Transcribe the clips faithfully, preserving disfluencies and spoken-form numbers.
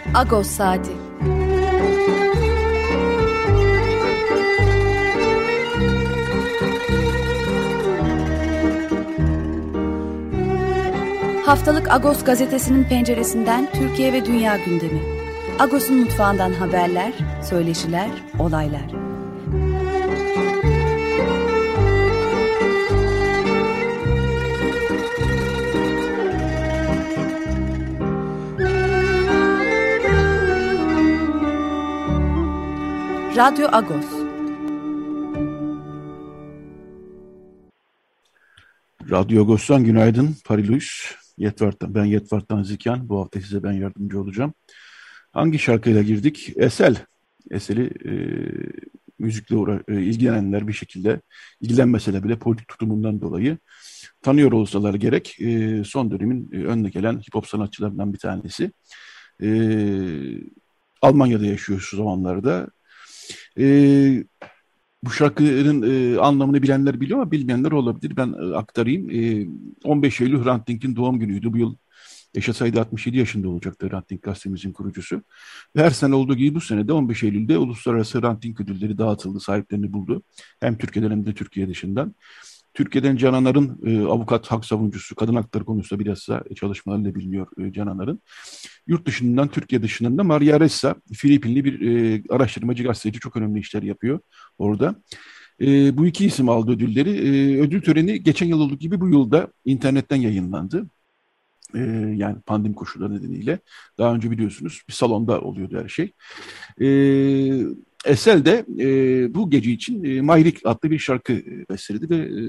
Agos Saati. Haftalık Agos gazetesinin penceresinden Türkiye ve dünya gündemi. Agos'un mutfağından haberler, söyleşiler, olaylar. Radyo Agos. Radyo Agos'tan günaydın. Parilus. Yetvart'tan, ben Yetvart'tan Zikyan. Bu hafta size ben yardımcı olacağım. Hangi şarkıyla girdik? Esel. Esel'i e, müzikle uğra- e, ilgilenenler bir şekilde, ilgilenmese bile politik tutumundan dolayı tanıyor olsalar gerek. E, son dönemin e, önde gelen hip hop sanatçılarından bir tanesi. E, Almanya'da yaşıyor şu zamanlarda. E, Bu şarkının e, anlamını bilenler biliyor ama bilmeyenler olabilir. Ben e, aktarayım. E, on beş Eylül Hrant Dink'in doğum günüydü. Bu yıl yaşasaydı altmış yedi yaşında olacaktı Hrant Dink gazetemizin kurucusu. Ve her sene olduğu gibi bu sene de on beş Eylül'de Uluslararası Hrant Dink ödülleri dağıtıldı, sahiplerini buldu. Hem Türkiye'den hem de Türkiye dışından. Türkiye'den Canan Ar'ın e, avukat, hak savunucusu, kadın hakları konusunda bilhassa çalışmalarıyla biliniyor e, Canan Ar'ın. Yurt dışından, Türkiye dışından da Maria Ressa, Filipinli bir e, araştırmacı, gazeteci, çok önemli işler yapıyor orada. E, bu iki isim aldı ödülleri. E, ödül töreni geçen yıl olduğu gibi bu yılda internetten yayınlandı. E, yani pandemi koşulları nedeniyle. Daha önce biliyorsunuz bir salonda oluyordu her şey. E, Esel de e, bu gece için e, Mayrik adlı bir şarkı e, besteledi ve e,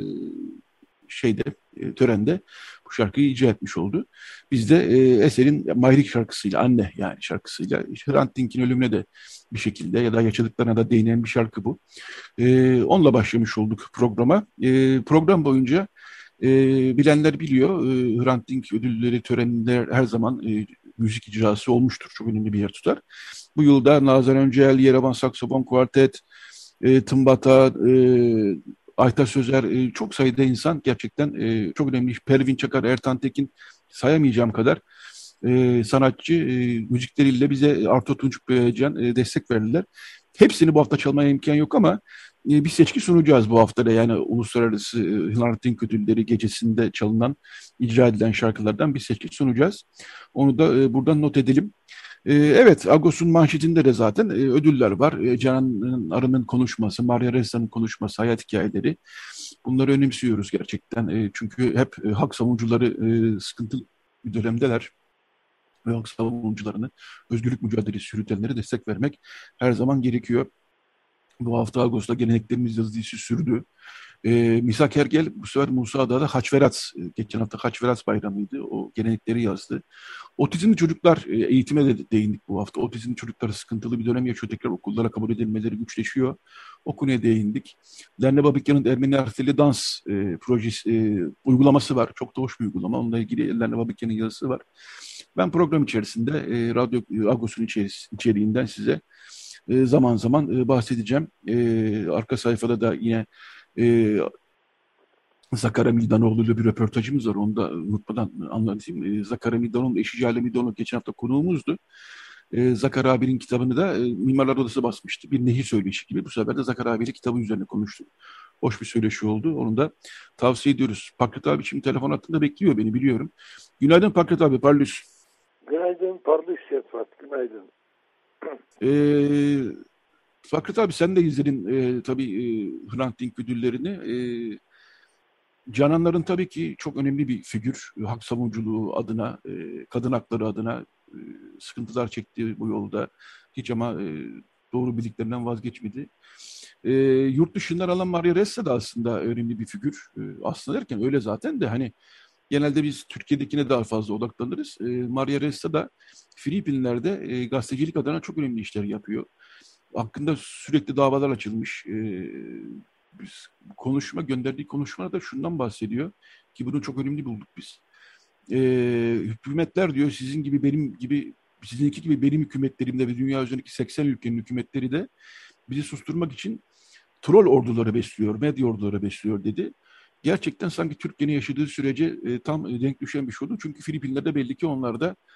şeyde e, törende bu şarkıyı icra etmiş oldu. Biz de e, Eser'in Mayrik şarkısıyla, anne yani şarkısıyla, Hrant Dink'in ölümüne de bir şekilde ya da yaşadıklarına da değinen bir şarkı bu. E, onunla başlamış olduk programa. E, program boyunca e, bilenler biliyor, e, Hrant Dink ödülleri töreninde her zaman e, müzik icrası olmuştur. Çok önemli bir yer tutar. Bu yılda Nazan Öncel, Yerevan Saksofon Kuartet, e, Tımbata, e, Aytaç Sözer, e, çok sayıda insan gerçekten e, çok önemli. Pervin Çakar, Ertan Tekin, sayamayacağım kadar e, sanatçı e, müzikleriyle bize Arto Tunç Can e, destek verdiler. Hepsini bu hafta çalmaya imkan yok ama e, bir seçki sunacağız bu hafta da. Yani Uluslararası e, Hrant Dink Ödülleri gecesinde çalınan, icra edilen şarkılardan bir seçki sunacağız. Onu da e, buradan not edelim. Ee, Evet, Agos'un manşetinde de zaten e, ödüller var. E, Canan Arı'nın konuşması, Maria Ressa'nın konuşması, hayat hikayeleri. Bunları önemsiyoruz gerçekten. E, çünkü hep e, hak savunucuları e, sıkıntılı bir dönemdeler. Ve hak savunucularını, özgürlük mücadelesi yürütenlere destek vermek her zaman gerekiyor. Bu hafta Ağustos'ta geleneklerimiz yazısı sürdü. E, Misak Ergel bu sefer Musa Dağ'da Haçverat, e, geçen hafta Haçverat bayramıydı. O gelenekleri yazdı. Otizmli çocuklar e, eğitime de değindik bu hafta. Otizmli çocuklar sıkıntılı bir dönem yaşıyor. Tekrar okullara kabul edilmeleri güçleşiyor. O konuya değindik. Derne Babikya'nın Ermeni harfleri dans e, projesi, e, uygulaması var. Çok da hoş bir uygulama. Onunla ilgili Derne Babikya'nın yazısı var. Ben program içerisinde e, Radyo e, Agos'un içeris- içeriğinden size e, zaman zaman e, bahsedeceğim. E, arka sayfada da yine e, Zakara Mildanoğlu ile bir röportajımız var. Onu da unutmadan anlatayım. E, Zakara Mildanoğlu, eşi Jale Mildanoğlu geçen hafta konuğumuzdu. E, Zakara abinin kitabını da e, Mimarlar Odası basmıştı. Bir nehir söyleşi gibi. Bu sefer de Zakara abiyle kitabı üzerine konuştuk. Hoş bir söyleşi oldu. Onu da tavsiye ediyoruz. Pakrat abi şimdi telefon hattında bekliyor beni, biliyorum. Günaydın Pakrat abi, parlus. Günaydın Parlus Yetvat, günaydın. Ee, Fakret abi sen de izledin e, tabii e, Hrant Dink ödüllerini. E, Cananların tabii ki çok önemli bir figür. E, hak savunuculuğu adına, e, kadın hakları adına e, sıkıntılar çekti bu yolda. Hiç ama e, doğru bildiklerinden vazgeçmedi. E, Yurt dışından alan Maria Ressa da aslında önemli bir figür. E, aslında derken öyle zaten de hani genelde biz Türkiye'dekine daha fazla odaklanırız. E, Maria Ressa da Filipinler'de e, gazetecilik adına çok önemli işler yapıyor. Hakkında sürekli davalar açılmış. E, biz konuşma, gönderdiği konuşmada şundan bahsediyor ki bunu çok önemli bulduk biz. E, Hükümetler diyor sizin gibi benim gibi sizinki gibi benim hükümetlerimde ve dünya üzerindeki seksen ülkenin hükümetleri de bizi susturmak için troll orduları besliyor, medya orduları besliyor dedi. Gerçekten sanki Türkiye'nin yaşadığı sürece e, tam e, denk düşen bir şey oldu. Çünkü Filipinler'de belli ki onlar da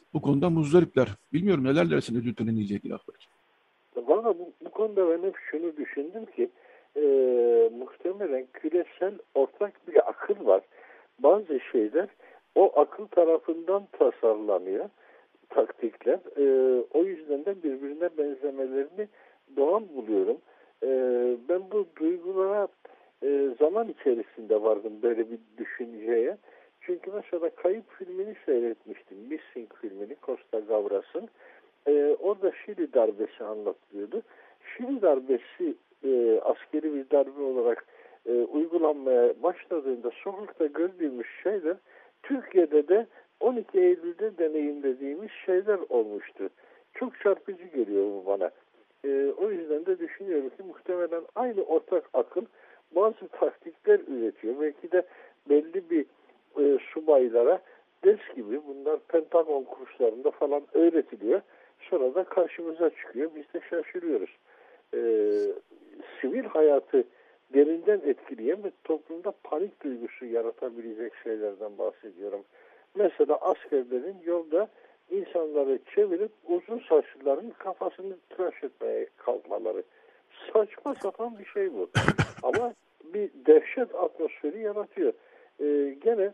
bu konuda muzdaripler. Bilmiyorum neler dersin ödül töreniyle ilgili Akberk? Valla bu, bu konuda ben hep şunu düşündüm ki e, muhtemelen küresel ortak bir akıl var. Bazı şeyler o akıl tarafından tasarlanıyor, taktikler. E, o yüzden de birbirine benzemelerini doğal buluyorum. E, ben bu duygulara e, zaman içerisinde vardım böyle bir düşünceye. Çünkü mesela Kayıp filmini seyretmiştim. Missing filmini, Costa Gavras'ın. Ee, orada Şili darbesi anlatılıyordu. Şili darbesi e, askeri bir darbe olarak e, uygulanmaya başladığında sokakta gördüğümüz şeyler Türkiye'de de on iki Eylül'de deneyimlediğimiz şeyler olmuştu. Çok çarpıcı geliyor bu bana. E, o yüzden de düşünüyorum ki muhtemelen aynı ortak akıl bazı taktikler üretiyor. Belki de belli bir e, subaylara ders gibi bunlar Pentagon kurslarında falan öğretiliyor. Sonra da karşımıza çıkıyor. Biz de şaşırıyoruz. Ee, sivil hayatı derinden etkileyen ve toplumda panik duygusu yaratabilecek şeylerden bahsediyorum. Mesela askerlerin yolda insanları çevirip uzun saçlıların kafasını tıraş etmeye kalkmaları. Saçma sapan bir şey bu. Ama bir dehşet atmosferi yaratıyor. Ee, gene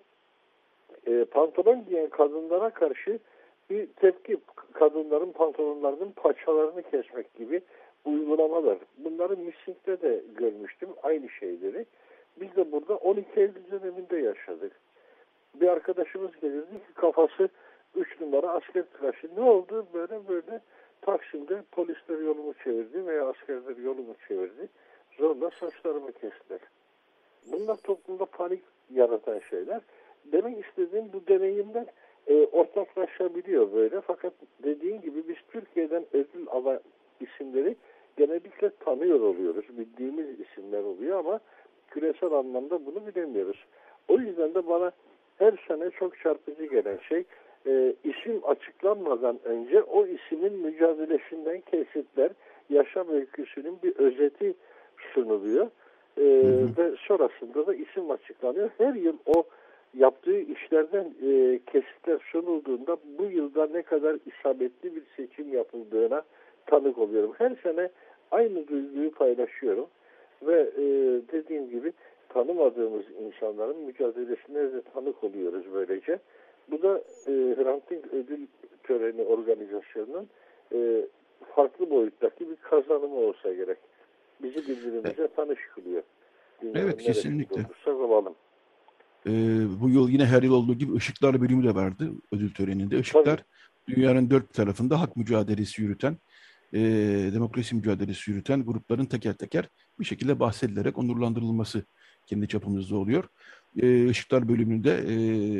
e, pantolon giyen kadınlara karşı bir tepki, kadınların pantolonlarının paçalarını kesmek gibi uygulamalar. Bunları Missing'de de görmüştüm, aynı şeyleri. Biz de burada on iki Eylül döneminde yaşadık. Bir arkadaşımız gelirdi ki kafası üç numara asker tıraşı. Ne oldu? Böyle böyle Taksim'de polisler yolumu çevirdi veya askerler yolumu çevirdi. Zorla saçlarımı kestiler. Bunlar toplumda panik yaratan şeyler. Demek istediğim bu deneyimler e, ortaklaşabiliyor böyle. Fakat dediğin gibi biz Türkiye'den ödül alan isimleri genellikle tanıyor oluyoruz. Bildiğimiz isimler oluyor ama küresel anlamda bunu bilemiyoruz. O yüzden de bana her sene çok çarpıcı gelen şey e, isim açıklanmadan önce o ismin mücadelesinden kesitler, yaşam öyküsünün bir özeti sunuluyor. E, hı hı. Ve sonrasında da isim açıklanıyor. Her yıl o yaptığı işlerden e, kesitler sunulduğunda bu yılda ne kadar isabetli bir seçim yapıldığına tanık oluyorum. Her sene aynı duyguyu paylaşıyorum ve e, dediğim gibi tanımadığımız insanların mücadelesine de tanık oluyoruz böylece. Bu da e, Hrant Dink ödül töreni organizasyonunun e, farklı boyuttaki bir kazanımı olsa gerek. Bizi birbirimize evet. tanış kılıyor. Dünyanın evet, kesinlikle. Olalım. Ee, bu yıl yine her yıl olduğu gibi Işıklar bölümü de vardı ödül töreninde. Işıklar Tabii. dünyanın dört tarafında hak mücadelesi yürüten, e, demokrasi mücadelesi yürüten grupların teker teker bir şekilde bahsedilerek onurlandırılması kendi çapımızda oluyor. E, Işıklar bölümünde e,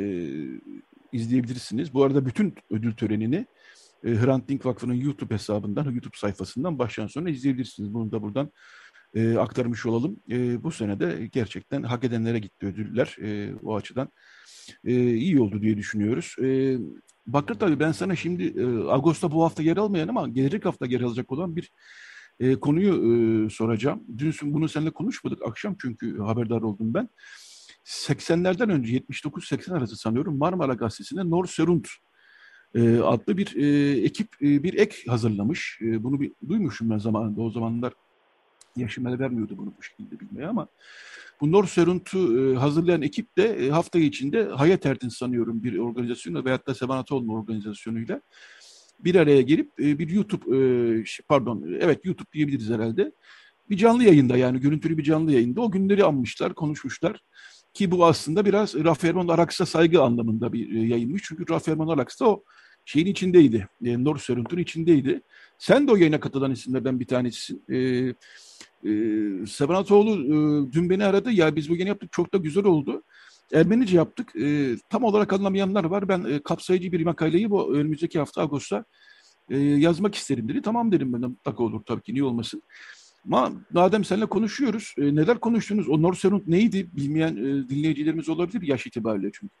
izleyebilirsiniz. Bu arada bütün ödül törenini e, Hrant Dink Vakfı'nın YouTube hesabından, YouTube sayfasından baştan sona izleyebilirsiniz. Bunu da buradan e, aktarmış olalım. E, bu sene de gerçekten hak edenlere gitti ödüller. E, o açıdan e, iyi oldu diye düşünüyoruz. E, Bakır tabii ben sana şimdi e, Ağustos'ta bu hafta yer almayan ama gelecek hafta yer alacak olan bir e, konuyu e, soracağım. Dün bunu seninle konuşmadık akşam çünkü haberdar oldum ben. seksenlerden önce yetmiş dokuz seksen arası sanıyorum Marmara Gazetesi'ne Norserund e, adlı bir e, ekip e, bir ek hazırlamış. E, bunu bir duymuşum ben zamanında. O zamanlar yaşım el vermiyordu bunu bu şekilde bilmeye ama bu Norserund'u e, hazırlayan ekip de e, hafta içinde Hayat Erdin sanıyorum bir organizasyonla veyahut da Sebanat Olma organizasyonuyla bir araya gelip e, bir YouTube e, pardon evet YouTube diyebiliriz herhalde. Bir canlı yayında yani görüntülü bir canlı yayında o günleri anmışlar, konuşmuşlar. Ki bu aslında biraz Rafael Araks'a saygı anlamında bir e, yayınmış. Çünkü Rafael Araks da o şeyin içindeydi. E, Norserund'un içindeydi. Sen de o yayına katılan isimlerden bir tanesisin. E, e, Sebanatoğlu e, dün beni aradı. Ya biz bu yayını yaptık. Çok da güzel oldu. Ermenice yaptık. E, tam olarak anlamayanlar var. Ben e, kapsayıcı bir makaleyi bu önümüzdeki hafta Ağustos'ta e, yazmak isterim dedi. Tamam dedim ben de mutlaka olur tabii ki niye olmasın. Ama madem seninle konuşuyoruz, e, neler konuştunuz? O Norserund neydi? Bilmeyen e, dinleyicilerimiz olabilir yaş itibariyle çünkü.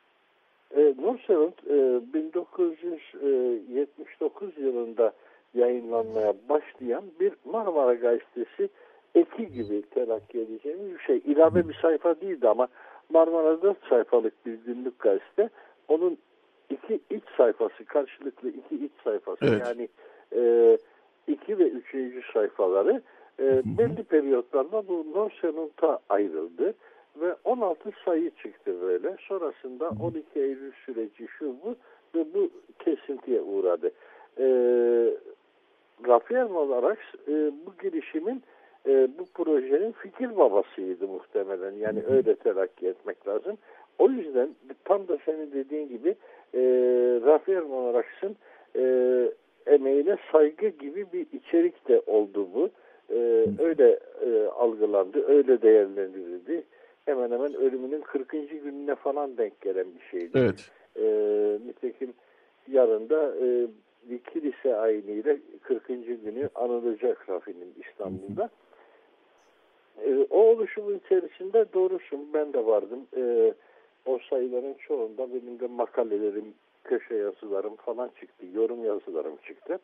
E, Norserund e, bin dokuz yüz yetmiş dokuz yılında yayınlanmaya başlayan bir Marmara Gazetesi eki gibi telakki edeceğimiz bir şey. İlave bir sayfa değildi ama Marmara dört sayfalık bir günlük gazete. Onun iki iç sayfası, karşılıklı iki iç sayfası, evet. yani e, iki ve üçüncü sayfaları e, hı hı. belli periyotlarla bu Nonsenunta ayrıldı ve on altı sayı çıktı böyle. Sonrasında on iki Eylül süreci şu bu ve bu kesintiye uğradı. E, Rafael olarak e, bu girişimin, e, bu projenin fikir babasıydı muhtemelen. Yani öyle telakki etmek lazım. O yüzden tam da senin dediğin gibi e, Rafael Monaraks'ın e, emeğine saygı gibi bir içerik de oldu bu. E, öyle e, algılandı, öyle değerlendirildi. Hemen hemen ölümünün kırkıncı gününe falan denk gelen bir şeydi. Evet. E, nitekim yarın da e, bir kilise ayiniyle kırkıncı günü anılacak Rafi'nin İstanbul'da. E, o oluşumun içerisinde doğrusun ben de vardım. E, o sayıların çoğunda benim de makalelerim, köşe yazılarım falan çıktı. Yorum yazılarım çıktı.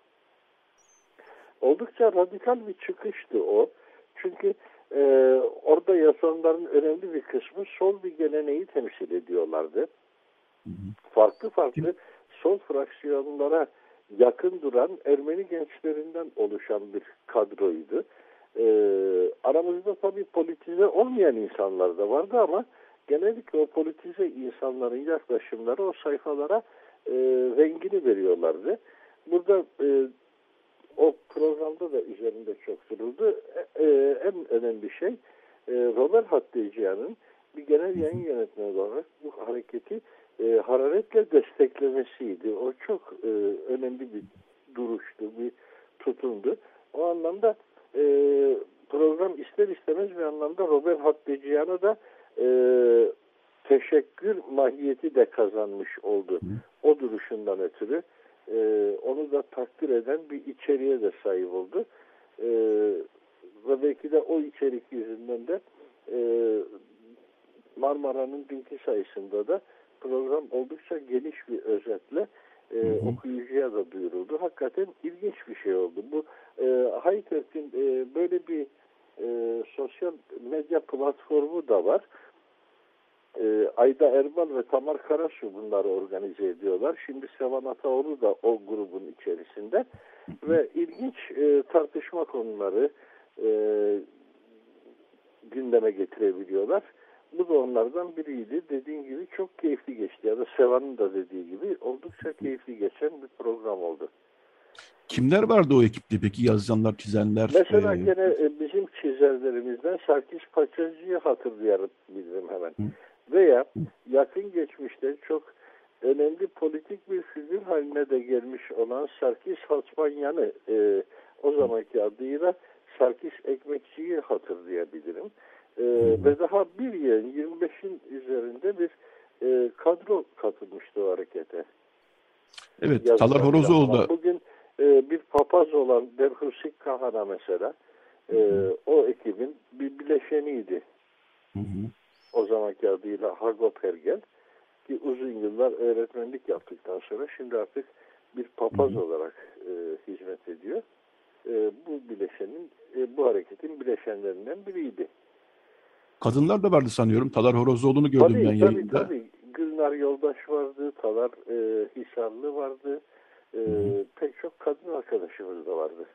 Oldukça radikal bir çıkıştı o. Çünkü e, orada yazanların önemli bir kısmı sol bir geleneği temsil ediyorlardı. Hı hı. Farklı farklı sol fraksiyonlara yakın duran Ermeni gençlerinden oluşan bir kadroydu. E, aramızda tabii politize olmayan insanlar da vardı ama genellikle o politize insanların yaklaşımları o sayfalara e, rengini veriyorlardı. Burada e, o programda da üzerinde çok duruldu. E, e, en önemli şey e, Robert Hatteciyan'ın bir genel yayın yönetmeni olarak bu hareketi e, hararetle desteklemesiydi. O çok e, önemli bir duruştu, bir tutumdu. O anlamda e, program ister istemez bir anlamda Robert Hatteciyan'a da e, teşekkür mahiyeti de kazanmış oldu. O duruşundan ötürü. Ee, onu da takdir eden bir içeriğe de sahip oldu. Ee, ve belki de o içerik yüzünden de e, Marmara'nın dünkü sayısında da program oldukça geniş bir özetle e, hı hı. okuyucuya da duyuruldu. Hakikaten ilginç bir şey oldu. Bu e, Hayterk'in e, böyle bir e, sosyal medya platformu da var. E, Ayda Erbal ve Tamar Karasu bunları organize ediyorlar. Şimdi Sevan Ataoğlu da o grubun içerisinde ve ilginç e, tartışma konuları e, gündeme getirebiliyorlar. Bu da onlardan biriydi. Dediğim gibi çok keyifli geçti. Ya da Sevan'ın da dediği gibi oldukça keyifli geçen bir program oldu. Kimler vardı o ekipte peki? Yazanlar, çizenler? Mesela e... gene bizim çizerlerimizden Sarkis Paçacı'yı hatırlayabilirim hemen. Hı. Veya yakın geçmişte çok önemli politik bir figür haline de gelmiş olan Sarkis Haçpanyan'ı e, o zamanki adıyla Sarkis Ekmekçi'yi hatırlayabilirim. E, ve daha bir yıl yirmi beşin üzerinde bir e, kadro katılmıştı o harekete. Evet, Talar Horozoğlu da. Bugün e, bir papaz olan Berhusik Kahana mesela e, o ekibin bir bileşeniydi. Hı hı. O zamanki adıyla Hagop Hergel ki uzun yıllar öğretmenlik yaptıktan sonra şimdi artık bir papaz hı hı. olarak e, hizmet ediyor. E, bu bileşenin, e, bu hareketin bileşenlerinden biriydi. Kadınlar da vardı sanıyorum. Talar Horozoğlu'nu gördüm tabii, ben tabii, yayında. Tabii, Gülnar Yoldaş vardı, Talar e, Hisarlı vardı. E, pek çok kadın arkadaşımız da vardı.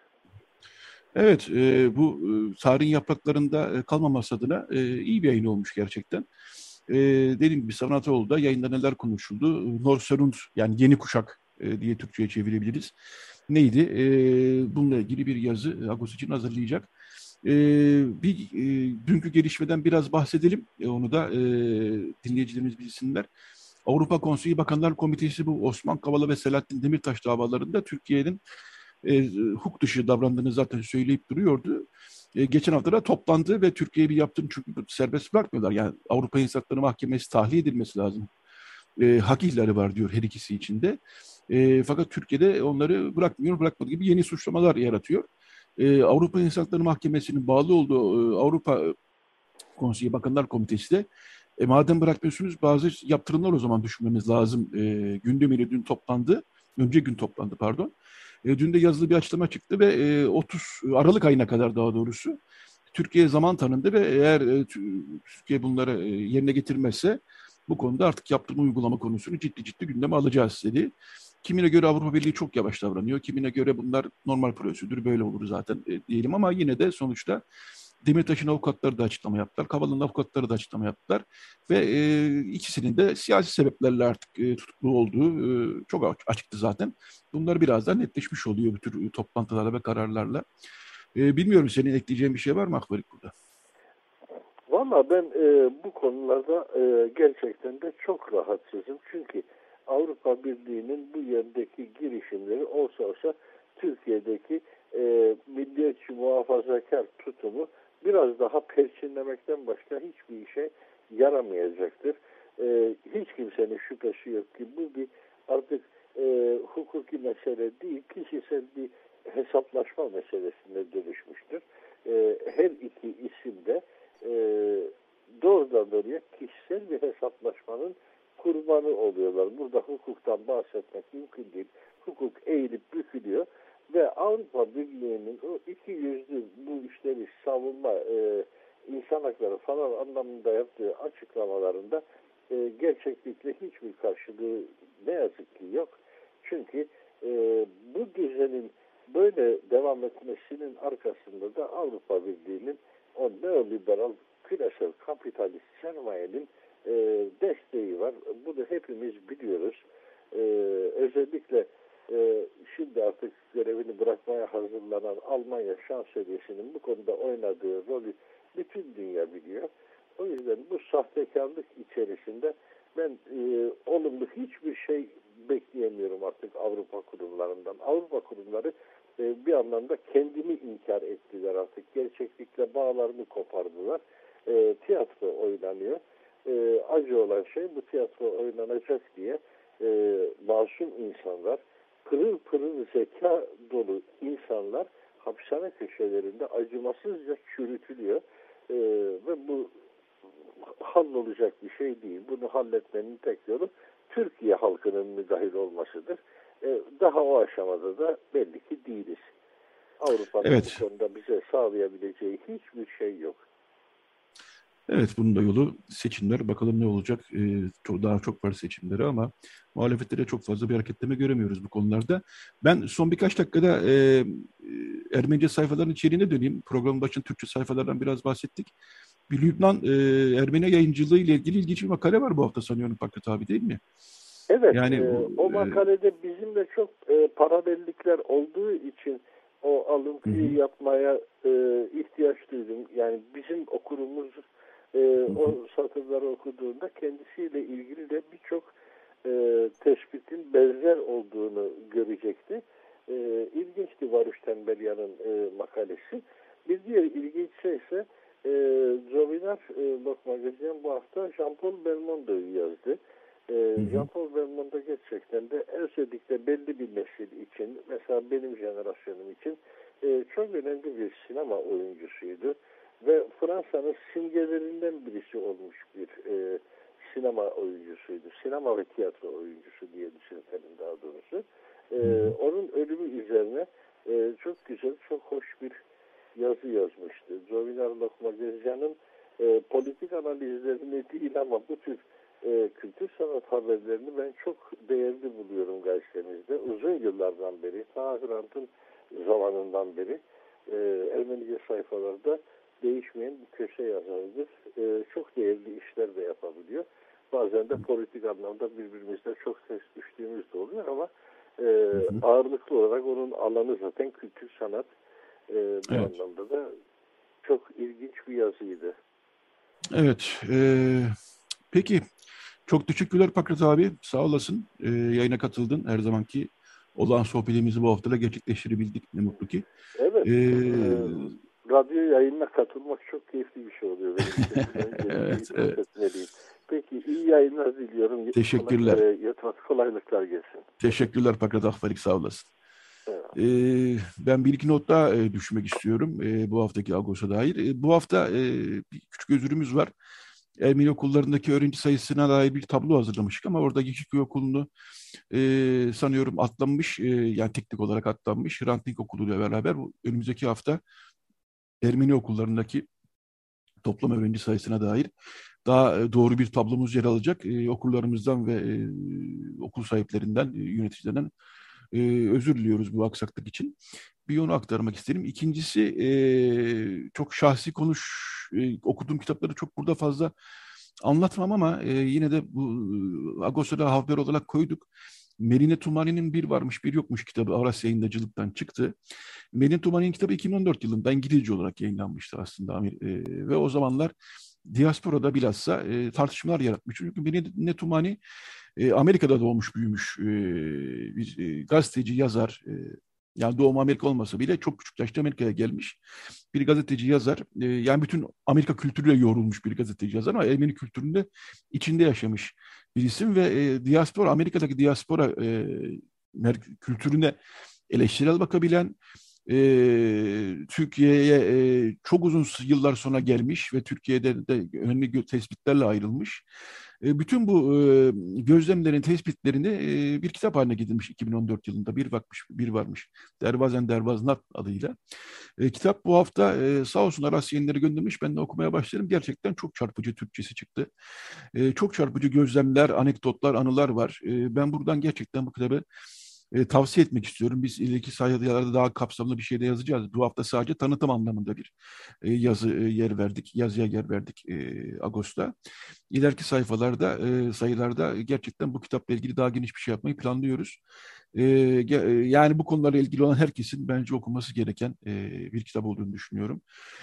Evet, e, bu e, tarihin yapraklarında e, kalmaması adına e, iyi bir yayın olmuş gerçekten. E, dediğim gibi Sevan Ataoğlu'da yayında neler konuşuldu? Norserund yani yeni kuşak e, diye Türkçe'ye çevirebiliriz. Neydi? E, bununla ilgili bir yazı Agos için hazırlayacak. E, bir e, dünkü gelişmeden biraz bahsedelim. E, onu da e, dinleyicilerimiz bilsinler. Avrupa Konseyi Bakanlar Komitesi bu Osman Kavala ve Selahattin Demirtaş davalarında Türkiye'nin e, hukuk dışı davrandığını zaten söyleyip duruyordu. E, geçen hafta da toplandı ve Türkiye'ye bir yaptığını çünkü serbest bırakmıyorlar. Yani Avrupa İnsan Hakları Mahkemesi tahliye edilmesi lazım. E, hak ihlali var diyor her ikisi içinde. E, fakat Türkiye'de onları bırakmıyor, bırakmadığı gibi yeni suçlamalar yaratıyor. E, Avrupa İnsan Hakları Mahkemesi'nin bağlı olduğu e, Avrupa Konseyi Bakanlar Komitesi de e, madem bırakmıyorsunuz bazı yaptırımlar o zaman düşünmemiz lazım. E, gündemiyle dün toplandı. Önce gün toplandı pardon. E, dün de yazılı bir açıklama çıktı ve e, otuz Aralık ayına kadar daha doğrusu Türkiye zaman tanındı ve eğer e, Türkiye bunları e, yerine getirmezse bu konuda artık yaptırım uygulama konusunu ciddi ciddi gündeme alacağız dedi. Kimine göre Avrupa Birliği çok yavaş davranıyor. Kimine göre bunlar normal prosedür, böyle olur zaten e, diyelim, ama yine de sonuçta Demirtaş'ın avukatları da açıklama yaptılar. Kavala'nın avukatları da açıklama yaptılar. Ve e, ikisinin de siyasi sebeplerle artık e, tutuklu olduğu e, çok açıktı zaten. Bunlar biraz daha netleşmiş oluyor bu tür toplantılarla ve kararlarla. E, bilmiyorum, senin ekleyeceğin bir şey var mı Akbarik burada? Valla ben e, bu konularda e, gerçekten de çok rahatsızım. Çünkü Avrupa Birliği'nin bu yöndeki girişimleri olsa olsa Türkiye'deki e, milliyetçi muhafazakar tutumu biraz daha perçinlemekten başka hiçbir işe yaramayacaktır. E, hiç kimsenin şüphesi yok ki bu bir artık e, hukuki mesele değil, kişisel bir hesaplaşma meselesine dönüşmüştür. E, her iki isim de e, doğrudan doğruya kişisel bir hesaplaşmanın kurbanı oluyorlar. Burada hukuktan bahsetmek mümkün değil. Hukuk eğilip bükülüyor ve Avrupa Birliği'nin o iki yüzlü bu işleri savunma, e, insan hakları falan anlamında yaptığı açıklamalarında e, gerçeklikle hiçbir karşılığı ne yazık ki yok. Çünkü e, bu düzenin böyle devam etmesinin arkasında da Avrupa Birliği'nin o neoliberal küresel kapitalist sermayenin e, desteği var. Bunu hepimiz biliyoruz. E, özellikle e, şimdi artık görevini bırakmaya hazırlanan Almanya şansölyesinin bu konuda oynadığı rolü bütün dünya biliyor. O yüzden bu sahtekarlık içerisinde ben e, olumlu hiçbir şey bekleyemiyorum artık Avrupa kurumlarından. Avrupa kurumları e, bir anlamda kendini inkar ettiler artık. Gerçeklikle bağlarını kopardılar. E, tiyatro oynanıyor. E, acı olan şey, bu tiyatro oynanacak diye e, masum insanlar, pırıl pırıl zeka dolu insanlar hapishane köşelerinde acımasızca çürütülüyor. E, ve bu hallolacak bir şey değil. Bunu halletmenin tek yolu Türkiye halkının müdahil olmasıdır. E, daha o aşamada da belli ki değiliz. Avrupa'nın Evet. bu konuda bize sağlayabileceği hiçbir şey yok. Evet, bunun da yolu seçimler. Bakalım ne olacak. Ee, çok, daha çok var seçimleri ama muhalefette de çok fazla bir hareketleme göremiyoruz bu konularda. Ben son birkaç dakikada e, e, Ermenice sayfaların içeriğine döneyim. Programın başında Türkçe sayfalardan biraz bahsettik. Bir Lübnan e, Ermeni yayıncılığı ile ilgili ilginç bir makale var bu hafta sanıyorum Fakret abi, değil mi? Evet, yani e, bu, o makalede bizimle çok e, paralellikler olduğu için o alıntıyı hı. yapmaya e, ihtiyaç duydum. Yani bizim okurumuz e, o satırları okuduğunda kendisiyle ilgili de birçok e, tespitin benzer olduğunu görecekti. E, ilginçti Varuş Tembelyan'ın e, makalesi. Bir diğer ilginç şey ise e, Zovinar e, Lokmagazin bu hafta Jean-Paul Belmondo'yu yazdı. E, Jean-Paul Belmondo gerçekten de özellikle belli bir nesil için, mesela benim jenerasyonum için e, çok önemli bir sinema oyuncusuydu. Ve Fransa'nın simgelerinden birisi olmuş bir e, sinema oyuncusuydu. Sinema ve tiyatro oyuncusu diye düşünelim daha doğrusu. E, onun ölümü üzerine e, çok güzel, çok hoş bir yazı yazmıştı. Zovinar Lokmagezyan'ın e, politik analizlerini değil ama bu tür e, kültür sanat haberlerini ben çok değerli buluyorum gazetemizde. Uzun yıllardan beri, ta Hrant'ın zamanından beri e, Ermenice sayfalarda değişmeyen bir köşe yazarıdır. E, çok değerli işler de yapabiliyor. Bazen de politik anlamda birbirimizle çok ters düştüğümüz de oluyor ama e, hı hı. ağırlıklı olarak onun alanı zaten kültür sanat. E, bu evet. anlamda da çok ilginç bir yazıydı. Evet. E, peki. Çok teşekkürler Pakrat abi. Sağ olasın. E, yayına katıldın. Her zamanki olağan sohbetimizi bu hafta da gerçekleştirebildik. Ne mutlu ki. Evet. Ee, e, radyo yayınına katılmak çok keyifli bir şey oluyor benim için. evet, evet. Peki iyi yayınlar diliyorum. Teşekkürler. Kolay, kolaylıklar gelsin. Teşekkürler Pakrat Akbarik, sağ olasın. Evet. Ee, ben bir iki not daha e, düşmek istiyorum e, bu haftaki Agos'a dair. E, bu hafta e, bir küçük özürümüz var. Ermeni okullarındaki öğrenci sayısına dair bir tablo hazırlamıştık ama orada Yeşilköy Okulu'nu e, sanıyorum atlanmış, e, yani teknik olarak atlanmış. Hrant Dink Okulu ile beraber bu, önümüzdeki hafta Ermeni okullarındaki toplam öğrenci sayısına dair daha doğru bir tablomuz yer alacak. E, okurlarımızdan ve e, okul sahiplerinden, e, yöneticilerinden e, özür diliyoruz bu aksaklık için. Bir onu aktarmak isterim. İkincisi e, çok şahsi konuş, e, okuduğum kitapları çok burada fazla anlatmam ama e, yine de bu e, Agos'ta haber olarak koyduk. Meline Tumani'nin Bir Varmış Bir Yokmuş kitabı Aras Yayıncılık'tan çıktı. Meline Tumani'nin kitabı iki bin on dört yılında İngilizce olarak yayınlanmıştı aslında. E, ve o zamanlar diasporada bilhassa e, tartışmalar yaratmış. Çünkü Meline Tumani e, Amerika'da doğmuş büyümüş e, bir e, gazeteci, yazar. E, yani doğum Amerika olmasa bile çok küçük yaşta Amerika'ya gelmiş bir gazeteci, yazar. E, yani bütün Amerika kültürüyle yoğrulmuş bir gazeteci, yazar ama Ermeni kültüründe içinde yaşamış bir isim ve e, diaspora, Amerika'daki diaspora e, kültürüne eleştirel bakabilen, e, Türkiye'ye e, çok uzun yıllar sonra gelmiş ve Türkiye'de de önemli tespitlerle ayrılmış. E, bütün bu e, gözlemlerin, tespitlerini e, bir kitap haline getirilmiş iki bin on dört yılında. Bir vakmış, bir varmış. Dervazen Dervaznat adıyla. E, kitap bu hafta e, sağ olsun Aras Yayınları göndermiş. Ben de okumaya başladım. Gerçekten çok çarpıcı Türkçesi çıktı. E, çok çarpıcı gözlemler, anekdotlar, anılar var. E, ben buradan gerçekten bu kitabı e, tavsiye etmek istiyorum. Biz ileriki sayfalarda daha kapsamlı bir şey de yazacağız. Bu hafta sadece tanıtım anlamında bir e, yazı e, yer verdik. Yazıya yer verdik e, Ağustos'ta. İleriki sayfalarda, e, sayılarda gerçekten bu kitapla ilgili daha geniş bir şey yapmayı planlıyoruz. E, yani bu konularla ilgili olan herkesin bence okuması gereken e, bir kitap olduğunu düşünüyorum.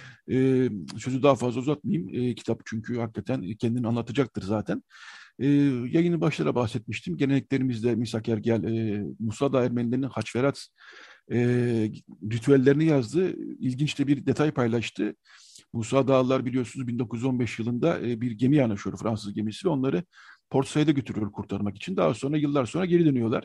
E, sözü daha fazla uzatmayayım. E, kitap çünkü hakikaten kendini anlatacaktır zaten. E, yayının başlara bahsetmiştim. Geleneklerimizde Misak Ergel, e, Musada Ermenilerinin Haçverat e, ritüellerini yazdı. İlginç de bir detay paylaştı. Musa Dağlılar biliyorsunuz bin dokuz yüz on beş yılında e, bir gemi yanaşıyor, Fransız gemisi ve onları Port Said'e götürüyor kurtarmak için. Daha sonra yıllar sonra geri dönüyorlar.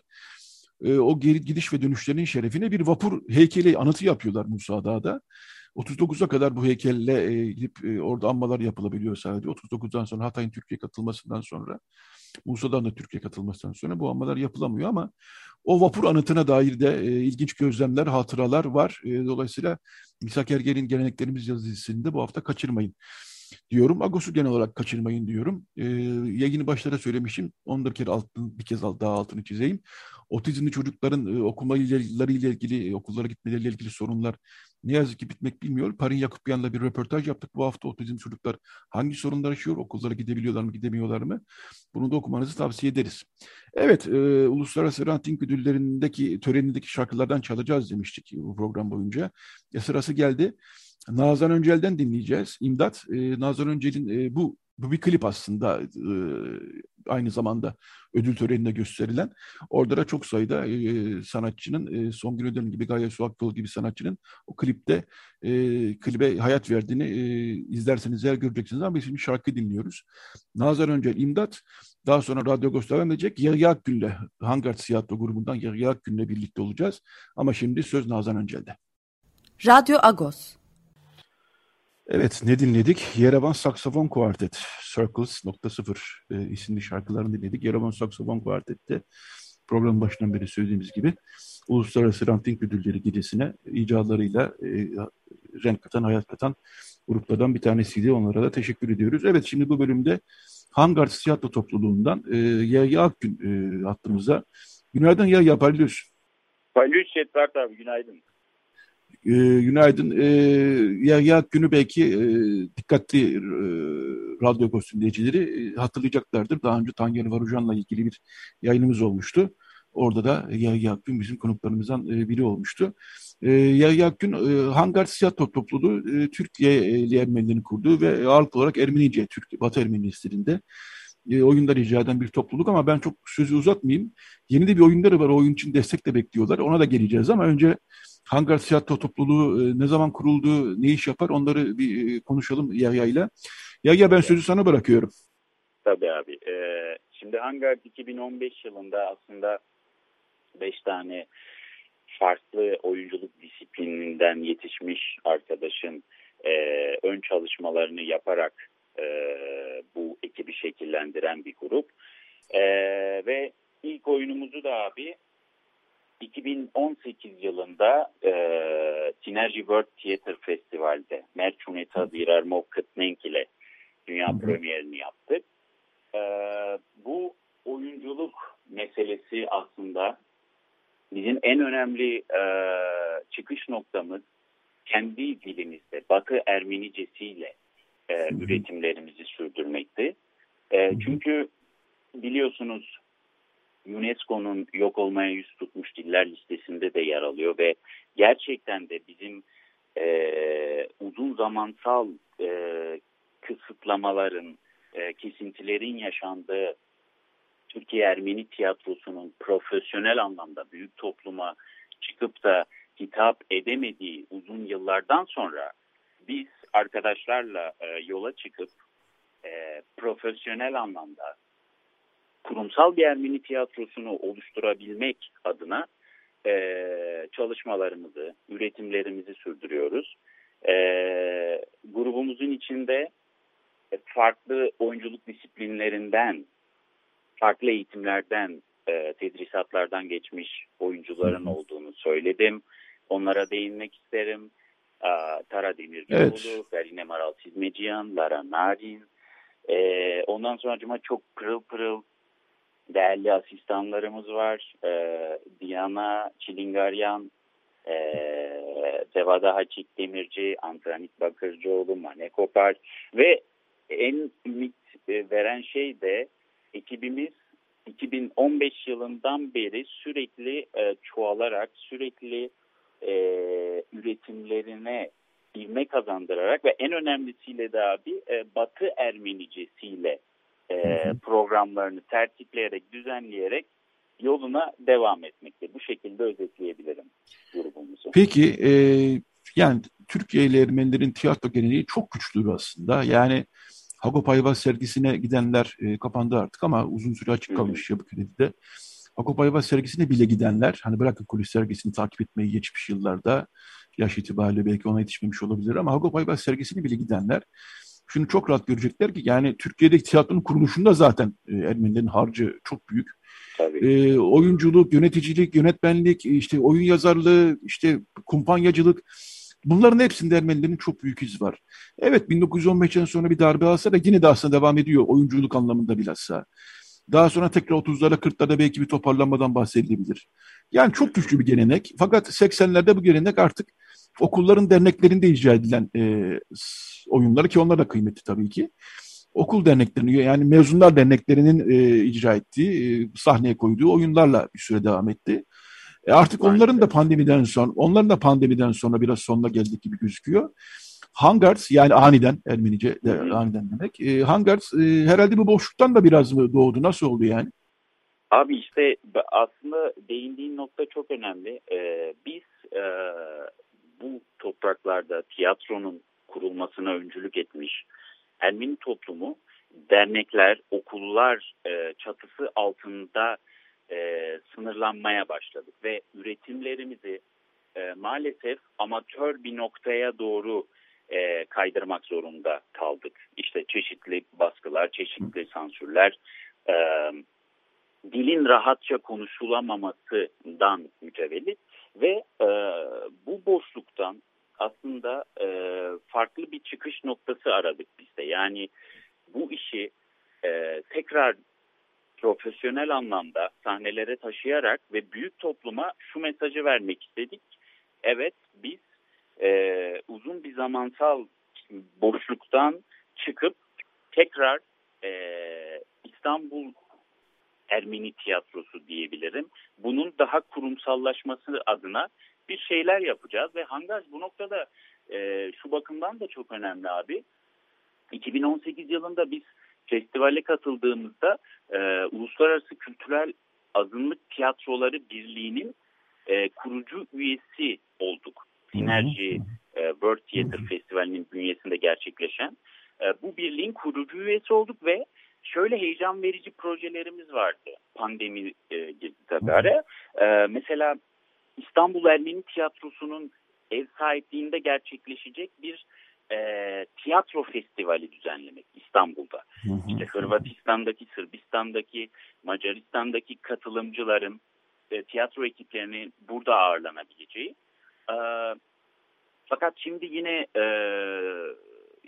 E, o geri gidiş ve dönüşlerinin şerefine bir vapur heykeli anıtı yapıyorlar Musa Dağı'da. otuz dokuza kadar bu heykelle e, gidip e, orada anmalar yapılabiliyor sadece. otuz dokuzdan sonra Hatay'ın Türkiye katılmasından sonra, Musa'dan da Türkiye katılmasından sonra bu anmalar yapılamıyor ama o vapur anıtına dair de e, ilginç gözlemler, hatıralar var. E, dolayısıyla Misak Ergel'in Geleneklerimiz yazısını bu hafta kaçırmayın diyorum. Agos'u genel olarak kaçırmayın diyorum. E, yayını başlara söylemişim. Onu da bir kere altını, bir kez daha altını çizeyim. Otizmli çocukların e, okumalarıyla ilgili, e, okullara gitmeleriyle ilgili sorunlar ne yazık ki bitmek bilmiyor. Parin Yakupyan'la bir röportaj yaptık bu hafta. Otizmli çocuklar hangi sorunlar yaşıyor? Okullara gidebiliyorlar mı, gidemiyorlar mı? Bunu da okumanızı tavsiye ederiz. Evet, e, Uluslararası Ranting Ödülleri'ndeki törenindeki şarkılardan çalacağız demiştik bu program boyunca. E, sırası geldi. Nazan Öncel'den dinleyeceğiz. İmdat. E, Nazan Öncel'in e, bu bu bir klip aslında, e, aynı zamanda ödül töreninde gösterilen. Orada da çok sayıda e, sanatçının, e, Songül Ödem gibi, Gaye Su Akdol gibi sanatçının o klipte e, klibe hayat verdiğini e, izlerseniz eğer göreceksiniz. Ama biz şimdi şarkı dinliyoruz. Nazan Öncel, İmdat. Daha sonra Radyo Agos devam edecek. Yahya Akgün'le, Hangard Tiyatro grubundan Yahya Akgün'le birlikte olacağız. Ama şimdi söz Nazan Öncel'de. Radyo Agos. Evet, ne dinledik? Yerevan Saksafon Kuartet, Circles nokta sıfır e, isimli şarkılarını dinledik. Yerevan Saksafon Kuartet'te programın başından beri söylediğimiz gibi Uluslararası Ranting Ödülleri gecesine icralarıyla e, renk katan, hayat katan gruplardan bir tanesiydi. Onlara da teşekkür ediyoruz. Evet, şimdi bu bölümde Hangard Tiyatro Topluluğu'ndan e, Yahya Akgün e, hattımıza. Günaydın Yahya, parlıyorsun. Parlıyorsun Şetvert abi, günaydın. E, günaydın. E, Yahya Akgün'ü belki e, dikkatli e, radyo Agos dinleyicileri e, hatırlayacaklardır. Daha önce Tanger Varujan'la ilgili bir yayınımız olmuştu. Orada da Yahya Akgün bizim konuklarımızdan e, biri olmuştu. E, Yahya Akgün, e, Hangard Tiyatro Topluluğu e, Türkiye'li Ermenilerin kurduğu ve ağırlıklı olarak Ermenice, Türk, Batı Ermenilislerinde e, oyunlar icra eden bir topluluk ama ben çok sözü uzatmayayım. Yeni de bir oyunları var. O oyun için destek de bekliyorlar. Ona da geleceğiz ama önce Hangard Tiyatro Topluluğu e, ne zaman kuruldu, ne iş yapar onları bir e, konuşalım Yahya'yla. Yahya, ben sözü sana bırakıyorum. Tabii abi. Ee, şimdi Hangard iki bin on beş yılında aslında beş tane farklı oyunculuk disiplininden yetişmiş arkadaşın e, ön çalışmalarını yaparak e, bu ekibi şekillendiren bir grup. E, ve ilk oyunumuzu da abi iki bin on sekiz yılında e, Synergy World Theater Festival'de Merchuneta Dirarmov Kıtnenk ile Dünya hı hı. premierini yaptık. E, bu oyunculuk meselesi aslında bizim en önemli e, çıkış noktamız kendi dilimizde, Batı Ermenicesiyle e, üretimlerimizi sürdürmekti. E, çünkü biliyorsunuz UNESCO'nun yok olmaya yüz tutmuş diller listesinde de yer alıyor ve gerçekten de bizim e, uzun zamansal e, kısıtlamaların, e, kesintilerin yaşandığı Türkiye Ermeni tiyatrosunun profesyonel anlamda büyük topluma çıkıp da hitap edemediği uzun yıllardan sonra biz arkadaşlarla e, yola çıkıp e, profesyonel anlamda kurumsal bir Ermeni tiyatrosunu oluşturabilmek adına e, çalışmalarımızı, üretimlerimizi sürdürüyoruz. E, grubumuzun içinde farklı oyunculuk disiplinlerinden, farklı eğitimlerden, e, tedrisatlardan geçmiş oyuncuların olduğunu söyledim. Onlara değinmek isterim. E, Tara Demircioğlu, evet. Garine Maral Çizmeciyan, Lara Narin. E, ondan sonra çok pırıl pırıl değerli asistanlarımız var. E, Diana Çilingaryan, e, Cevada Haçik Demirci, Antranit Bakırcıoğlu, Mane Kopar ve en ümit veren şey de ekibimiz iki bin on beş yılından beri sürekli e, çoğalarak, sürekli e, üretimlerine ivme kazandırarak ve en önemlisiyle de abi e, Batı Ermenicesiyle e, programlarını tertipleyerek, düzenleyerek yoluna devam etmekte. Bu şekilde özetleyebilirim grubumuzu. Peki, e, yani Türkiye ile Ermenilerin tiyatro geleneği çok güçlü aslında. Yani Hagop Ayvaz sergisine gidenler e, kapandı artık ama uzun süre açık kalmış Yapıkredi'de. Hagop Ayvaz sergisine bile gidenler, hani bırakın kulis sergisini takip etmeyi geçmiş yıllarda, yaş itibariyle belki ona yetişmemiş olabilir ama Hagop Ayvaz sergisine bile gidenler şunu çok rahat görecekler ki yani Türkiye'deki tiyatronun kuruluşunda zaten e, Ermenilerin harcı çok büyük. E, oyunculuk, yöneticilik, yönetmenlik, işte oyun yazarlığı, işte kumpanyacılık, bunların hepsinde Ermenilerin çok büyük iz var. Evet, bin dokuz yüz on beşten sonra bir darbe alsa da yine de aslında devam ediyor oyunculuk anlamında bilhassa. Daha sonra tekrar otuzlarda kırklarda belki bir toparlanmadan bahsedilebilir. Yani çok güçlü bir gelenek. Fakat seksenlerde bu gelenek artık okulların derneklerinde icra edilen e, oyunları, ki onlar da kıymetli tabii ki. Okul derneklerinin, yani mezunlar derneklerinin e, icra ettiği, e, sahneye koyduğu oyunlarla bir süre devam etti. E artık onların da pandemiden sonra, onların da pandemiden sonra biraz sonuna geldik gibi gözüküyor. Hangars, yani aniden, Ermenice de aniden demek. E, Hangars e, herhalde bu boşluktan da biraz mı doğdu? Nasıl oldu yani? Abi işte aslında değindiğin nokta çok önemli. Ee, biz e, bu topraklarda tiyatronun kurulmasına öncülük etmiş Ermeni toplumu dernekler, okullar e, çatısı altında e, sınırlanmaya başladık ve üretimlerimizi e, maalesef amatör bir noktaya doğru e, kaydırmak zorunda kaldık. İşte çeşitli baskılar, çeşitli sansürler, e, dilin rahatça konuşulamamasından mütevellit ve e, bu boşluktan aslında e, farklı bir çıkış noktası aradık biz de. Yani bu işi e, tekrar profesyonel anlamda sahnelere taşıyarak ve büyük topluma şu mesajı vermek istedik. Evet, biz e, uzun bir zamansal boşluktan çıkıp tekrar e, İstanbul Ermeni tiyatrosu diyebilirim. Bunun daha kurumsallaşması adına bir şeyler yapacağız ve Hangars bu noktada e, şu bakımdan da çok önemli abi. iki bin on sekiz yılında biz festivale katıldığımızda e, Uluslararası Kültürel Azınlık Tiyatroları Birliği'nin e, kurucu üyesi olduk. Sinerji e, World Theater Festivali'nin bünyesinde gerçekleşen e, bu birliğin kurucu üyesi olduk ve şöyle heyecan verici projelerimiz vardı. Pandemi e, girdi tabii araya. E, mesela İstanbul Ermeni Tiyatrosu'nun ev sahipliğinde gerçekleşecek bir e, tiyatro festivali düzenlemek İstanbul'da. İşte Hırvatistan'daki, Sırbistan'daki, Macaristan'daki katılımcıların e, tiyatro ekiplerinin burada ağırlanabileceği. E, fakat şimdi yine e,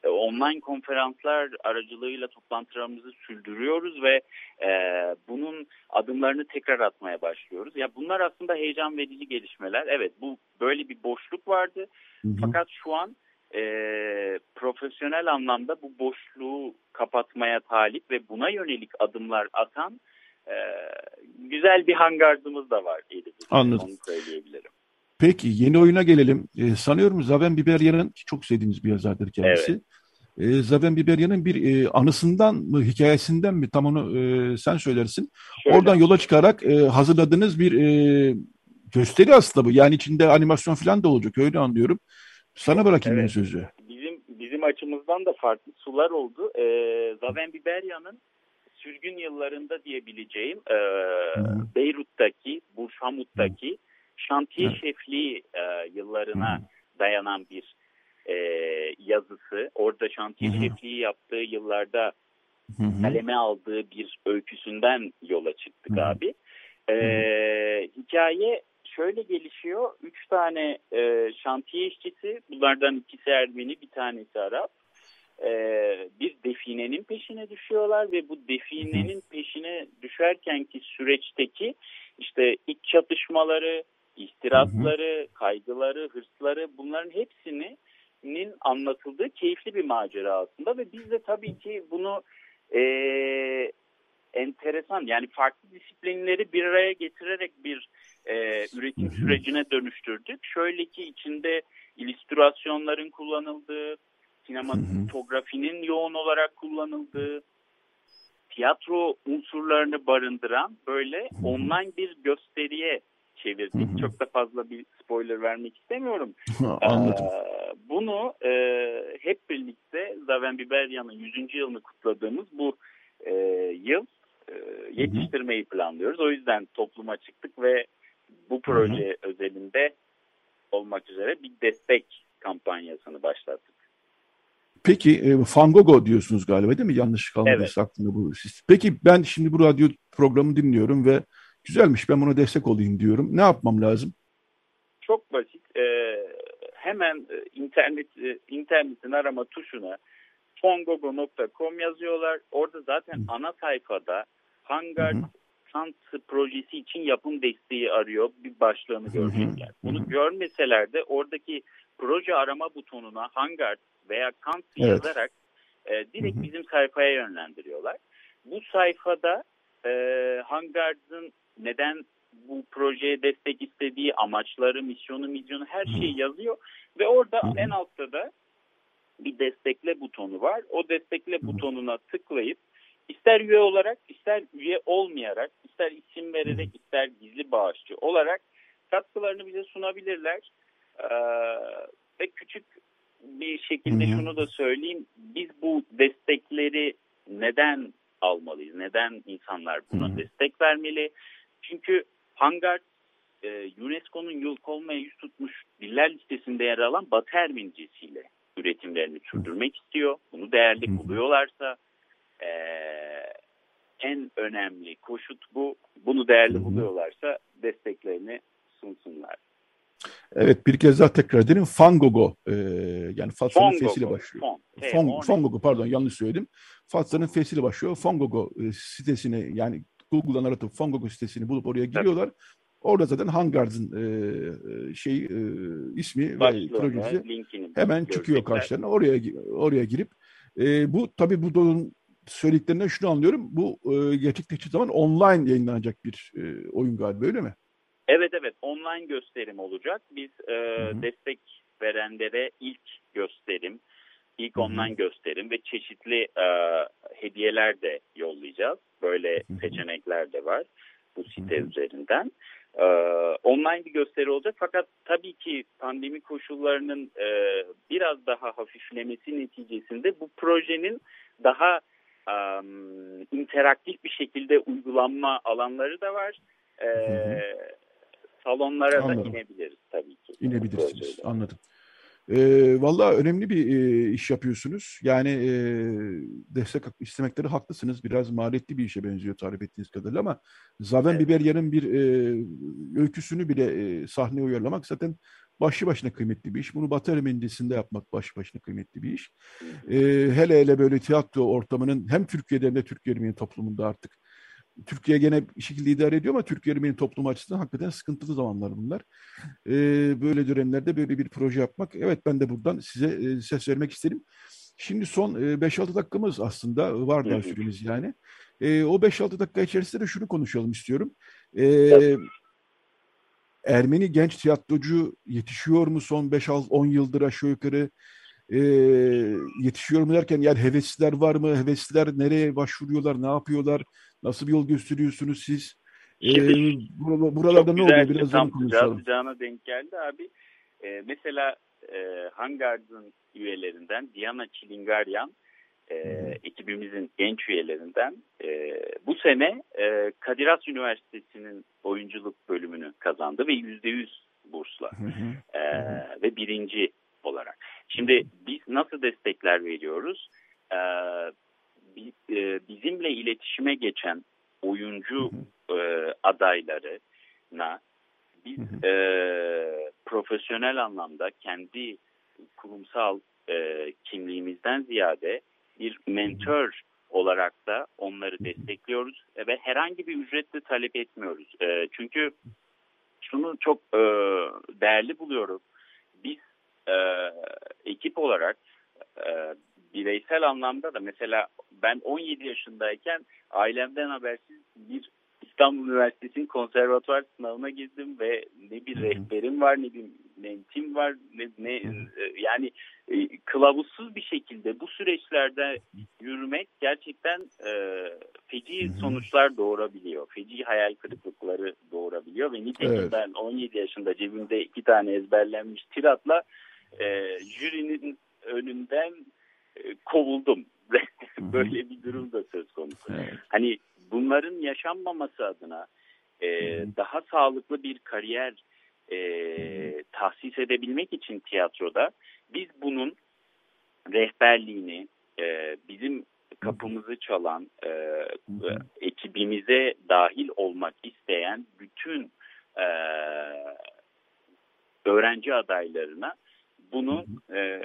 e, online konferanslar aracılığıyla toplantılarımızı sürdürüyoruz ve e, bunun adımlarını tekrar atmaya başlıyoruz. Ya bunlar aslında heyecan verici gelişmeler. Evet, bu böyle bir boşluk vardı. Hı hı. Fakat şu an e, profesyonel anlamda bu boşluğu kapatmaya talip ve buna yönelik adımlar atan e, güzel bir hangardımız da var. Anladım. Onu söyleyebilirim. Peki yeni oyuna gelelim. Ee, sanıyorum Zaven Biberyan'ın, ki çok sevdiğimiz bir yazardır kendisi. Evet. Ee, Zaven Biberyan'ın bir e, anısından mı, hikayesinden mi, tam onu e, sen söylersin. Şöyle. Oradan yola çıkarak e, hazırladığınız bir e, gösteri aslında bu. Yani içinde animasyon falan da olacak, öyle anlıyorum. Sana bırakayım evet. sözü. Bizim bizim açımızdan da farklı sular oldu. Ee, Zaven Biberyan'ın sürgün yıllarında diyebileceğim e, Beyrut'taki, Bursamut'taki Hı. şantiye evet. şefliği e, yıllarına Hı. dayanan bir e, yazısı. Orada şantiye Hı. şefliği yaptığı yıllarda Hı. kaleme aldığı bir öyküsünden yola çıktık Hı. abi. E, hikaye şöyle gelişiyor. Üç tane e, şantiye işçisi, bunlardan ikisi Ermeni, bir tanesi Arap. Ee, bir definenin peşine düşüyorlar ve bu definenin peşine düşerkenki süreçteki işte iç çatışmaları, ihtirasları, kaygıları, hırsları, bunların hepsinin anlatıldığı keyifli bir macera aslında ve biz de tabii ki bunu e, enteresan, yani farklı disiplinleri bir araya getirerek bir e, üretim sürecine dönüştürdük. Şöyle ki içinde illüstrasyonların kullanıldığı, sinematografinin yoğun olarak kullanıldığı, tiyatro unsurlarını barındıran böyle online bir gösteriye çevirdik. Çok da fazla bir spoiler vermek istemiyorum. Anladım. Ee, bunu e, hep birlikte Zaven Biberyan'ın yüzüncü yılını kutladığımız bu e, yıl e, yetiştirmeyi planlıyoruz. O yüzden topluma çıktık ve bu proje Hı-hı. özelinde olmak üzere bir destek kampanyasını başlattık. Peki e, Fangogo diyorsunuz galiba, değil mi? Yanlış kalmadıysa evet. aklımda bu sistem. Peki ben şimdi bu radyo programı dinliyorum ve güzelmiş, ben buna destek olayım diyorum. Ne yapmam lazım? Çok basit. Ee, hemen internet internetin arama tuşuna fangogo nokta com yazıyorlar. Orada zaten Hı. ana sayfada Hangar Sanatı projesi için yapım desteği arıyor bir başlığını görecekler. Bunu Hı. görmeseler de oradaki proje arama butonuna Hangar veya Kant evet. yazarak e, direkt Hı-hı. bizim sayfaya yönlendiriyorlar. Bu sayfada e, Hangar'ın neden bu projeye destek istediği, amaçları, misyonu, misyonu her şeyi yazıyor ve orada Hı-hı. en altta da bir destekle butonu var. O destekle Hı-hı. butonuna tıklayıp ister üye olarak, ister üye olmayarak, ister isim vererek, Hı-hı. ister gizli bağışçı olarak katkılarını bize sunabilirler. Ee, ve küçük bir şekilde Hı-hı. şunu da söyleyeyim. Biz bu destekleri neden almalıyız? Neden insanlar buna Hı-hı. destek vermeli? Çünkü Hangar e, UNESCO'nun yok olmaya yüz tutmuş diller listesinde yer alan Batı Ermenicesiyle üretimlerini sürdürmek istiyor. Bunu değerli Hı-hı. buluyorlarsa e, en önemli koşut bu. Bunu değerli Hı-hı. buluyorlarsa desteklerini sunsunlar. Evet, bir kez daha tekrar edelim. Fangogo, e, yani Fatsa'nın fesiyle başlıyor. Fon, Fon, Fangogo, pardon yanlış söyledim. Fatsa'nın fesiyle başlıyor. Fangogo e, sitesine, yani Google'dan aratıp Fangogo sitesini bulup oraya giriyorlar. Evet. Orada zaten Hangar'ın e, şey e, ismi Başlığını, ve projesi hemen çıkıyor karşılarına. Oraya oraya girip e, bu tabii bu donun söylediklerinden şunu anlıyorum. Bu e, gerçekleştiği zaman online yayınlanacak bir e, oyun galiba, öyle mi? Evet evet, online gösterim olacak. Biz e, destek verenlere ilk gösterim, ilk Hı-hı. online gösterim ve çeşitli e, hediyeler de yollayacağız. Böyle Hı-hı. seçenekler de var bu site Hı-hı. üzerinden. E, online bir gösteri olacak fakat tabii ki pandemi koşullarının e, biraz daha hafiflemesi neticesinde bu projenin daha e, interaktif bir şekilde uygulanma alanları da var. E, Salonlara Anladım. da inebiliriz tabii ki. İnebilirsiniz. Anladım. Ee, vallahi önemli bir e, iş yapıyorsunuz. Yani e, destek istemekleri haklısınız. Biraz maliyetli bir işe benziyor tarif ettiğiniz kadarıyla ama Zaven evet. Biberyan'ın bir e, öyküsünü bile e, sahneye uyarlamak zaten başlı başına kıymetli bir iş. Bunu Batı Ermenisinde yapmak başlı başına kıymetli bir iş. Ee, hele hele böyle tiyatro ortamının hem Türkiye'de hem de Türk Ermeni toplumunda artık Türkiye gene bir şekilde idare ediyor ama Türk Ermeni toplumu açısından hakikaten sıkıntılı zamanlar bunlar. Ee, böyle dönemlerde böyle bir proje yapmak. Evet, ben de buradan size e, ses vermek isterim. Şimdi son e, beş altı dakikamız aslında var daha süremiz yani. E, o beş altı dakika içerisinde de şunu konuşalım istiyorum. E, Ermeni genç tiyatrocu yetişiyor mu son beş on yıldır aşağı yukarı? E, Yetişiyor mu derken yani hevesliler var mı? Hevesliler nereye başvuruyorlar? Ne yapıyorlar? Nasıl bir yol gösteriyorsunuz siz? E, Şimdi buralarda ne oluyor? güzel, Biraz tam onu konuşalım. sıcağı denk geldi abi. Ee, mesela e, Hangard'ın üyelerinden Diana Çilingaryan, e, ekibimizin genç üyelerinden e, bu sene e, Kadir Has Üniversitesi'nin oyunculuk bölümünü kazandı ve yüzde yüz bursla e, ve birinci olarak. Şimdi biz nasıl destekler veriyoruz? E, bizimle iletişime geçen oyuncu e, adaylarına biz e, profesyonel anlamda kendi kurumsal e, kimliğimizden ziyade bir mentor olarak da onları destekliyoruz ve herhangi bir ücret de talep etmiyoruz. E, çünkü şunu çok e, değerli buluyorum. Biz e, ekip olarak e, bireysel anlamda da mesela ben on yedi yaşındayken ailemden habersiz bir İstanbul Üniversitesi'nin konservatuvar sınavına girdim ve ne bir rehberim var, ne bir mentim var, ne, ne yani e, kılavuzsuz bir şekilde bu süreçlerde yürümek gerçekten e, feci sonuçlar doğurabiliyor. Feci hayal kırıklıkları doğurabiliyor ve nitekim evet. Ben on yedi yaşında cebimde iki tane ezberlenmiş tiratla e, jürinin önünden e, kovuldum. Böyle bir durum da söz konusu. Evet. Hani bunların yaşanmaması adına e, daha sağlıklı bir kariyer e, tahsis edebilmek için tiyatroda biz bunun rehberliğini e, bizim kapımızı çalan e, e, ekibimize dahil olmak isteyen bütün e, öğrenci adaylarına bunu e,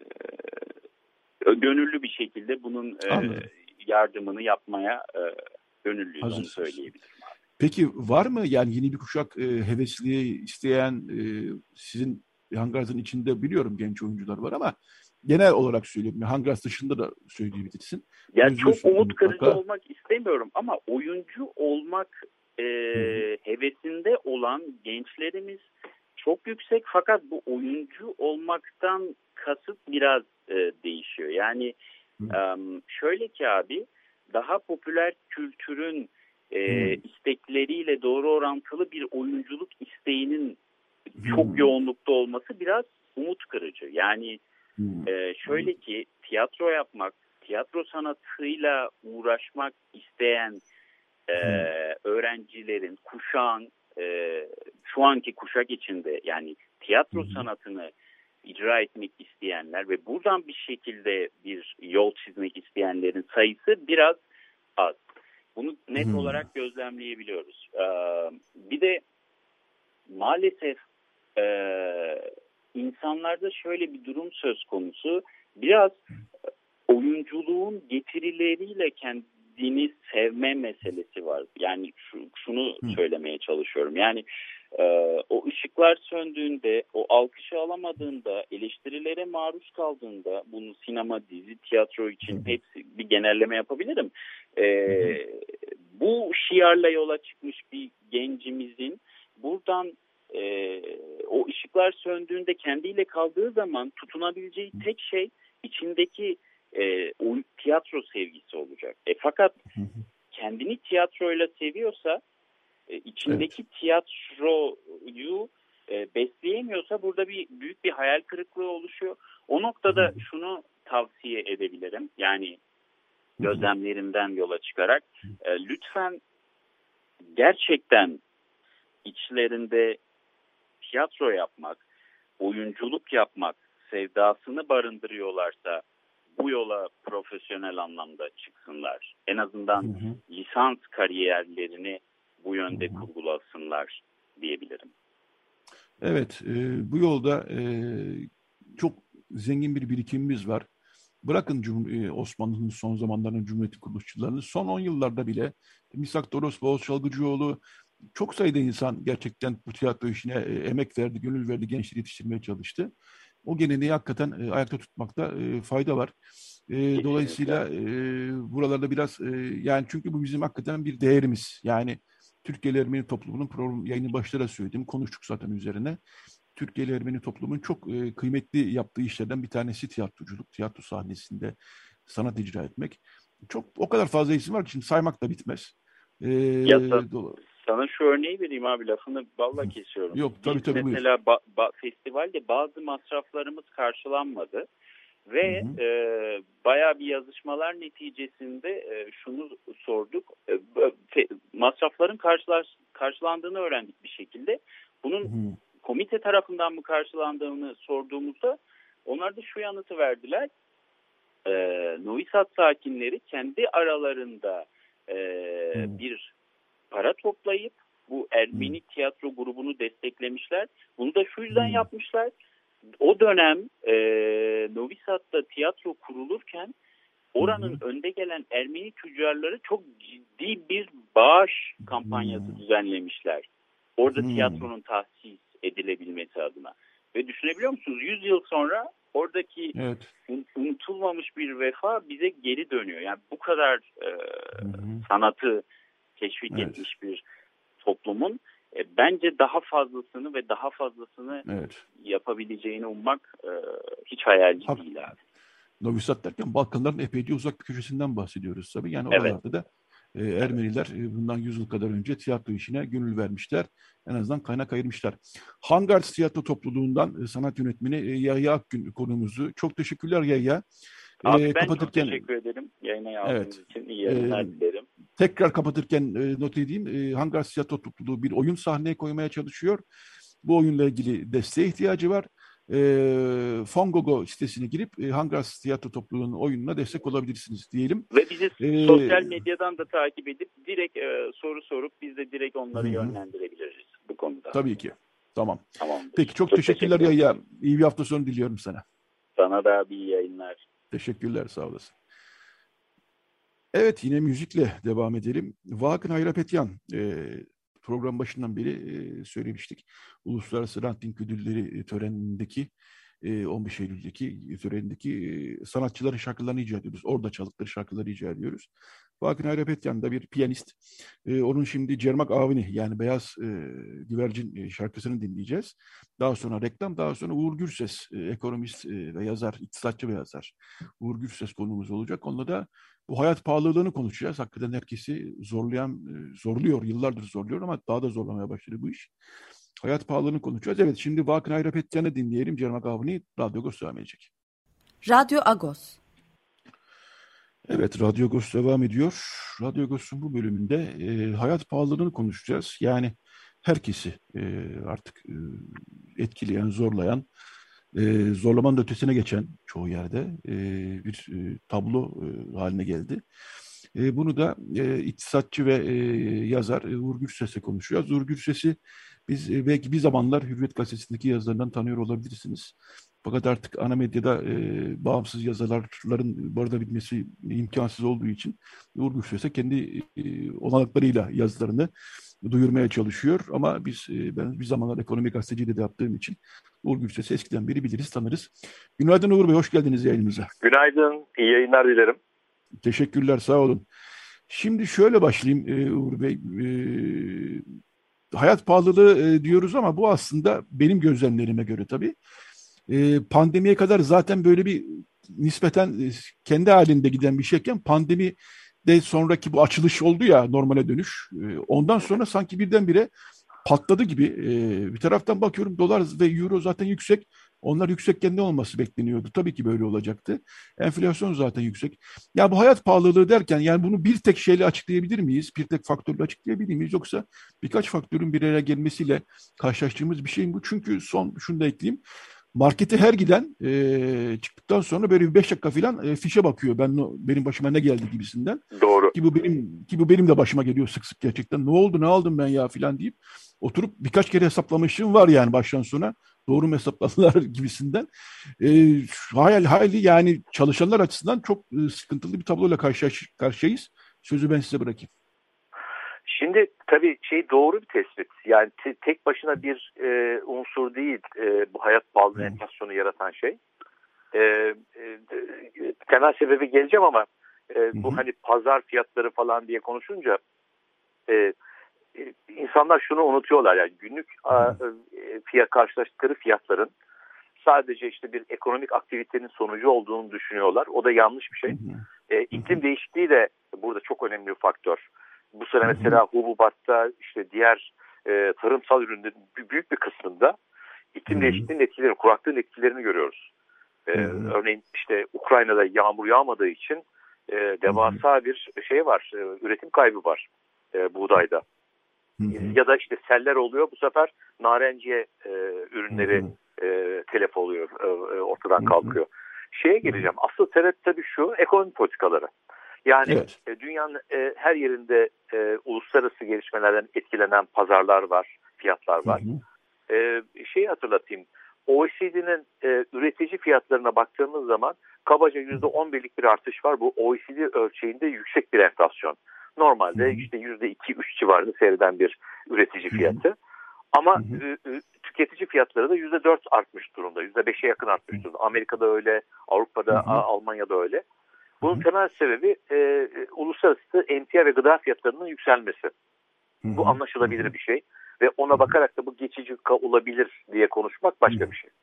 gönüllü bir şekilde bunun e, yardımını yapmaya e, gönüllüyüz, onu söyleyebilirim. Peki var mı yani yeni bir kuşak e, hevesli isteyen e, sizin Hangard'ın içinde biliyorum genç oyuncular var ama genel olarak söylüyorum. Hangard dışında da söyleyebilirsin. Yani çok umut kırıcı olmak istemiyorum ama oyuncu olmak e, hevesinde olan gençlerimiz çok yüksek fakat bu oyuncu olmaktan kasıt biraz e, değişiyor. Yani um, şöyle ki abi daha popüler kültürün e, istekleriyle doğru orantılı bir oyunculuk isteğinin çok yoğunlukta olması biraz umut kırıcı. Yani e, şöyle ki tiyatro yapmak, tiyatro sanatıyla uğraşmak isteyen e, öğrencilerin, kuşağın e, şu anki kuşak içinde yani tiyatro sanatını icra etmek isteyenler ve buradan bir şekilde bir yol çizmek isteyenlerin sayısı biraz az. Bunu net hmm. olarak gözlemleyebiliyoruz. Ee, bir de maalesef e, insanlarda şöyle bir durum söz konusu. Biraz oyunculuğun getirileriyle kendini sevme meselesi var. Yani şu, şunu hmm. söylemeye çalışıyorum. Yani e, o ışıklar söndüğünde, o alkışı alamadığında, eleştirilere maruz kaldığında, bunu sinema, dizi, tiyatro için hepsi bir genelleme yapabilirim. E, bu şiarla yola çıkmış bir gencimizin buradan e, o ışıklar söndüğünde kendiyle kaldığı zaman tutunabileceği tek şey içindeki e, o tiyatro sevgisi olacak. E, fakat kendini tiyatroyla seviyorsa e, içindeki evet. tiyatroyu e, besleyemiyorsa burada bir büyük bir hayal kırıklığı oluşuyor. O noktada şunu tavsiye edebilirim. Yani gözlemlerimden yola çıkarak e, lütfen gerçekten içlerinde tiyatro yapmak, oyunculuk yapmak sevdasını barındırıyorlarsa bu yola profesyonel anlamda çıksınlar. En azından hı hı. lisans kariyerlerini bu yönde hı hı. kurgulasınlar diyebilirim. Evet, e, bu yolda e, çok zengin bir birikimimiz var. Bırakın Cum- e, Osmanlı'nın son zamanlarının Cumhuriyeti kuruluşçularını, son on yıllarda bile Misak Toros, Boğaz Çalgıcıoğlu, çok sayıda insan gerçekten bu tiyatro işine e, emek verdi, gönül verdi, gençleri yetiştirmeye çalıştı. O geleneği hakikaten e, ayakta tutmakta e, fayda var. E, Kesinlikle. dolayısıyla e, buralarda biraz e, yani çünkü bu bizim hakikaten bir değerimiz. Yani Türkiye Ermeni toplumunun program yayının başta da söyledim, konuştuk zaten üzerine. Türkiye Ermeni toplumunun çok e, kıymetli yaptığı işlerden bir tanesi tiyatroculuk, tiyatro sahnesinde sanat icra etmek. Çok o kadar fazla isim var ki şimdi saymak da bitmez. E, Ya sa- do- sana şu örneği vereyim abi, lafını balla kesiyorum. Yok tabii Biz tabii buyur. mesela ba- ba- festivalde bazı masraflarımız karşılanmadı. Hı Ve hı. e, bayağı bir yazışmalar neticesinde e, şunu sorduk. E, fe, masrafların karşılar, karşılandığını öğrendik bir şekilde. Bunun Hı komite tarafından mı karşılandığını sorduğumuzda onlar da şu yanıtı verdiler. E, Novi Sad sakinleri kendi aralarında e, hı. bir para toplayıp bu Ermeni tiyatro grubunu desteklemişler. Bunu da şu yüzden Hı. yapmışlar. O dönem e, Novi Sad'da tiyatro kurulurken oranın Hı hı. önde gelen Ermeni tüccarları çok ciddi bir bağış kampanyası Hı. düzenlemişler. Orada Hı. tiyatronun tahsis edilebilmesi adına. Ve düşünebiliyor musunuz? yüz yıl sonra oradaki Evet. unutulmamış bir vefa bize geri dönüyor. Yani bu kadar e, Hı hı. sanatı teşvik Evet. etmiş bir toplumun e, bence daha fazlasını ve daha fazlasını Evet. yapabileceğini ummak e, hiç hayalci Hak, değil abi. Novi Sad derken Balkanların epeyce uzak bir köşesinden bahsediyoruz tabii. Yani Evet, oralarda da e, evet. Ermeniler e, bundan yüz yıl kadar önce tiyatro işine gönül vermişler. En azından kaynak ayırmışlar. Hangars Tiyatro Topluluğu'ndan e, sanat yönetmeni e, Yahya Akgün konuğumuzu. Çok teşekkürler Yahya. E, Abi ben çok kapatırken teşekkür ederim yayına aldığınız evet için. İyi e, yayınlar dilerim. tekrar kapatırken e, not edeyim. E, Hangars Tiyatro Topluluğu bir oyun sahneye koymaya çalışıyor. Bu oyunla ilgili desteğe ihtiyacı var. E, Fongogo sitesine girip e, Hangars Tiyatro Topluluğu'nun oyununa destek olabilirsiniz diyelim. Ve bizi E, sosyal medyadan da takip edip direkt e, soru sorup biz de direkt hı onları hı, yönlendirebiliriz bu konuda. tabii ki. Tamam. Peki Tamamdır. çok Çok teşekkürler teşekkür ya. ya. ederim. İyi bir hafta sonu diliyorum sana. Sana da bir iyi yayınlar. Teşekkürler, sağ olasın. Evet, yine müzikle devam edelim. Vakın Hayratpetyan, e, program başından beri e, söylemiştik. Uluslararası Ranting Ödülleri törenindeki e, on beş Eylül'deki törenindeki e, sanatçıların şarkılarını icra ediyoruz. Orada çaldıkları şarkıları icra ediyoruz. Vakın Hayratpetyan da bir piyanist. E, onun şimdi Cermak Avni yani Beyaz e, Güvercin e, şarkısını dinleyeceğiz. Daha sonra reklam, daha sonra Uğur Gürses, e, ekonomist e, ve yazar, iktisatçı ve yazar. Uğur Gürses konuğumuz olacak. Onunla da bu hayat pahalılığını konuşacağız. Hakikaten herkesi zorlayan, zorluyor, yıllardır zorluyor ama daha da zorlamaya başladı bu iş. Hayat pahalılığını konuşacağız. Evet, şimdi Vakın Hayratpetyan'ı dinleyelim. Cermak Avni Radyo Agos devam edecek. Radyo Agos. Evet, Radyo Agos devam ediyor. Radyo Agos'un bu bölümünde e, hayat pahalılığını konuşacağız. Yani herkesi e, artık e, etkileyen, zorlayan, e, zorlamanın da ötesine geçen çoğu yerde e, bir e, tablo e, haline geldi. E, bunu da e, iktisatçı ve e, yazar e, Uğur Gürses'le konuşuyoruz. Uğur Gürses'i biz e, belki bir zamanlar Hürriyet Gazetesi'ndeki yazılarından tanıyor olabilirsiniz. Fakat artık ana medyada e, bağımsız yazarların barınabilmesi imkansız olduğu için Uğur Gürses'e kendi e, olanaklarıyla yazılarını duyurmaya çalışıyor. Ama biz e, ben bir zamanlar ekonomik gazeteciliği de yaptığım için Uğur Gürses'i eskiden beri biliriz, tanırız. Günaydın Uğur Bey, hoş geldiniz yayınımıza. Günaydın, iyi yayınlar dilerim. Teşekkürler, sağ olun. Şimdi şöyle başlayayım e, Uğur Bey. E, hayat pahalılığı e, diyoruz ama bu aslında benim gözlemlerime göre tabii. E, pandemiye kadar zaten böyle bir nispeten e, kendi halinde giden bir şeyken pandemi de sonraki bu açılış oldu ya normale dönüş. E, ondan sonra sanki birdenbire patladı gibi. E, bir taraftan bakıyorum dolar ve euro zaten yüksek. Onlar yüksekken ne olması bekleniyordu? Tabii ki böyle olacaktı. Enflasyon zaten yüksek. Ya bu hayat pahalılığı derken yani bunu bir tek şeyle açıklayabilir miyiz? Bir tek faktörle açıklayabilir miyiz? Yoksa birkaç faktörün bir araya gelmesiyle karşılaştığımız bir şey mi bu? Çünkü son şunu da ekleyeyim. markete her giden e, çıktıktan sonra böyle bir beş dakika falan e, fişe bakıyor. Ben benim başıma ne geldi gibisinden. Doğru. Ki bu benim ki bu benim de başıma geliyor sık sık gerçekten. Ne oldu, ne aldım ben ya falan deyip oturup birkaç kere hesaplamışlığım var yani baştan sona. Doğru mu hesapladılar gibisinden. E, hayal hayli yani çalışanlar açısından çok e, sıkıntılı bir tabloyla karşı karşıyayız. Sözü ben size bırakayım. Şimdi tabii şey doğru bir tespit. Yani te- tek başına bir e, unsur değil e, bu hayat pahalılığı enflasyonu yaratan şey. E, e, temel sebebi geleceğim ama e, bu hani pazar fiyatları falan diye konuşunca e, e, insanlar şunu unutuyorlar. Yani günlük a, e, fiyat karşılaştıkları fiyatların sadece işte bir ekonomik aktivitenin sonucu olduğunu düşünüyorlar. O da yanlış bir şey. E, iklim değişikliği de burada çok önemli bir faktör. Bu sene mesela hububatta işte diğer e, tarımsal ürünlerin büyük bir kısmında iklim değişikliğinin etkilerini, kuraklığın etkilerini görüyoruz. E, örneğin işte Ukrayna'da yağmur yağmadığı için e, devasa bir şey var, e, üretim kaybı var e, buğdayda. E, ya da işte seller oluyor, bu sefer narenciye e, ürünleri e, telef oluyor, e, ortadan kalkıyor. Şeye geleceğim, asıl sebep tabii şu, ekonomi politikaları. Yani evet. e, dünyanın e, her yerinde e, uluslararası gelişmelerden etkilenen pazarlar var, fiyatlar var. Hı hı. E, şeyi hatırlatayım, O E C D'nin e, üretici fiyatlarına baktığımız zaman kabaca yüzde on birlik bir artış var. Bu O E C D ölçeğinde yüksek bir enflasyon. Normalde hı hı. işte yüzde iki üç civarında seyreden bir üretici fiyatı. Hı hı. Ama hı hı. E, tüketici fiyatları da yüzde dört artmış durumda, yüzde beşe yakın artmış durumda. Amerika'da öyle, Avrupa'da, hı hı. Almanya'da öyle. Bunun temel sebebi e, uluslararası emtia ve gıda fiyatlarının yükselmesi. Hı-hı. Bu anlaşılabilir Hı-hı. bir şey ve ona Hı-hı. bakarak da bu geçici olabilir diye konuşmak başka Hı-hı. bir şey.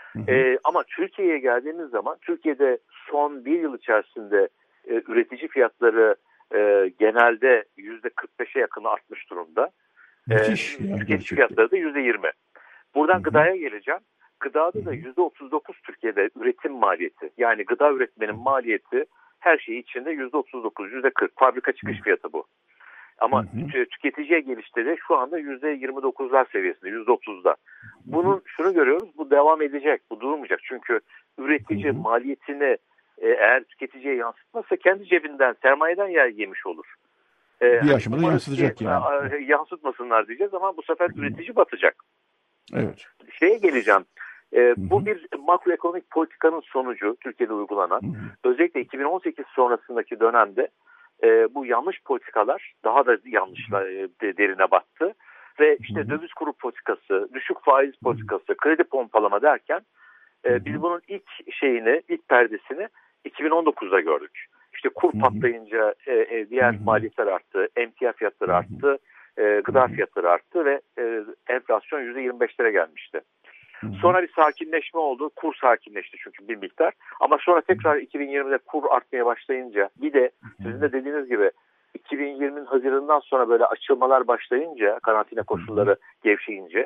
E, ama Türkiye'ye geldiğimiz zaman Türkiye'de son bir yıl içerisinde e, üretici fiyatları e, genelde yüzde kırk beşe yakın artmış durumda. E, tüketici fiyatları da yüzde yirmi. Buradan Hı-hı. gıdaya geleceğim. Gıdada da yüzde otuz dokuz Türkiye'de üretim maliyeti. Yani gıda üretmenin maliyeti her şey içinde yüzde otuz dokuz, yüzde kırk. Fabrika çıkış fiyatı bu. Ama hı hı. tüketiciye gelişte de şu anda yüzde yirmi dokuzlar seviyesinde, yüzde otuzda. Bunun şunu görüyoruz, bu devam edecek, bu durmayacak. Çünkü üretici hı hı. maliyetini e, eğer tüketiciye yansıtmazsa kendi cebinden, sermayeden yer yemiş olur. E, bir aşamada hani yansıtacak ki, yani. E, yansıtmasınlar diyeceğiz ama bu sefer hı. üretici batacak. Evet. Şeye geleceğim. E, bu bir makroekonomik politikanın sonucu Türkiye'de uygulanan. Hı hı. Özellikle iki bin on sekiz sonrasındaki dönemde e, bu yanlış politikalar daha da yanlışla e, derine battı. Ve işte hı hı. döviz kuru politikası, düşük faiz politikası, kredi pompalama derken e, hı hı. biz bunun ilk şeyini, ilk perdesini iki bin on dokuzda gördük. İşte kur hı hı. patlayınca e, e, diğer hı hı. maliyetler arttı, emtia fiyatları arttı, e, gıda hı hı. fiyatları arttı ve e, enflasyon yüzde yirmi beşlere gelmişti. Hı-hı. Sonra bir sakinleşme oldu. Kur sakinleşti çünkü bir miktar. Ama sonra tekrar iki bin yirmide kur artmaya başlayınca bir de sizin de dediğiniz gibi iki bin yirminin Haziran'dan sonra böyle açılmalar başlayınca, karantina koşulları gevşeyince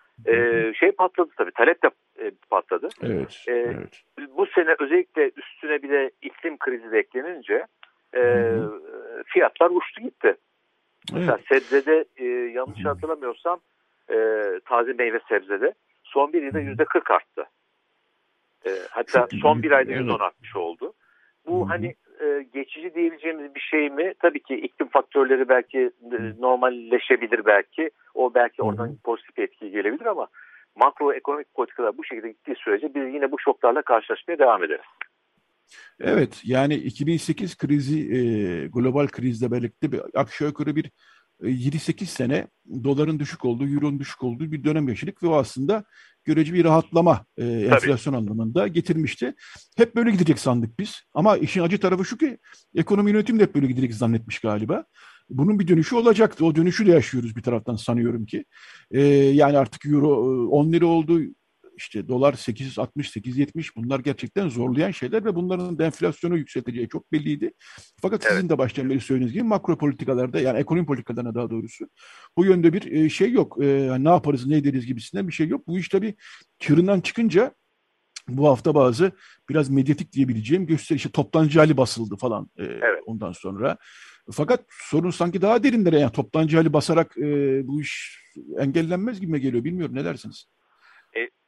e, şey patladı tabii. Talep de e, patladı. Evet, e, evet. Bu sene özellikle üstüne bir de iklim krizi de eklenince e, fiyatlar uçtu gitti. Evet. Mesela sebzede e, yanlış hatırlamıyorsam e, taze meyve sebzede son bir yılda yüzde kırk arttı. E, hatta son bir ayda yüzde on artmış oldu. Bu Hı-hı. hani e, geçici diyebileceğimiz bir şey mi? Tabii ki iklim faktörleri belki e, normalleşebilir belki. O belki oradan Hı-hı. pozitif etki gelebilir ama makroekonomik politikalar bu şekilde gittiği sürece biz yine bu şoklarla karşılaşmaya devam ederiz. Evet, yani iki bin sekiz krizi, e, global krizle birlikte bir, aşağı yukarı bir yedi sekiz sene doların düşük olduğu, euronun düşük olduğu bir dönem yaşadık ve o aslında görece bir rahatlama e, enflasyon anlamında getirmişti. Hep böyle gidecek sandık biz. Ama işin acı tarafı şu ki ekonomi yönetimi de hep böyle gidecek zannetmiş galiba. Bunun bir dönüşü olacaktı. O dönüşü de yaşıyoruz bir taraftan sanıyorum ki. E, yani artık euro on lira oldu. İşte dolar sekiz yüz altmış sekiz yüz yetmiş bunlar gerçekten zorlayan şeyler ve bunların da enflasyonu yükselteceği çok belliydi. Fakat evet. sizin de baştan beri söylediğiniz gibi makro politikalarda yani ekonomi politikalarına daha doğrusu bu yönde bir şey yok. Ne yaparız ne ederiz gibisinden bir şey yok. Bu iş tabii çığırından çıkınca bu hafta bazı biraz medyatik diyebileceğim gösteri işte toptancı hali basıldı falan evet. ondan sonra. Fakat sorun sanki daha derinlere yani toptancı hali basarak bu iş engellenmez gibi geliyor bilmiyorum ne dersiniz? E,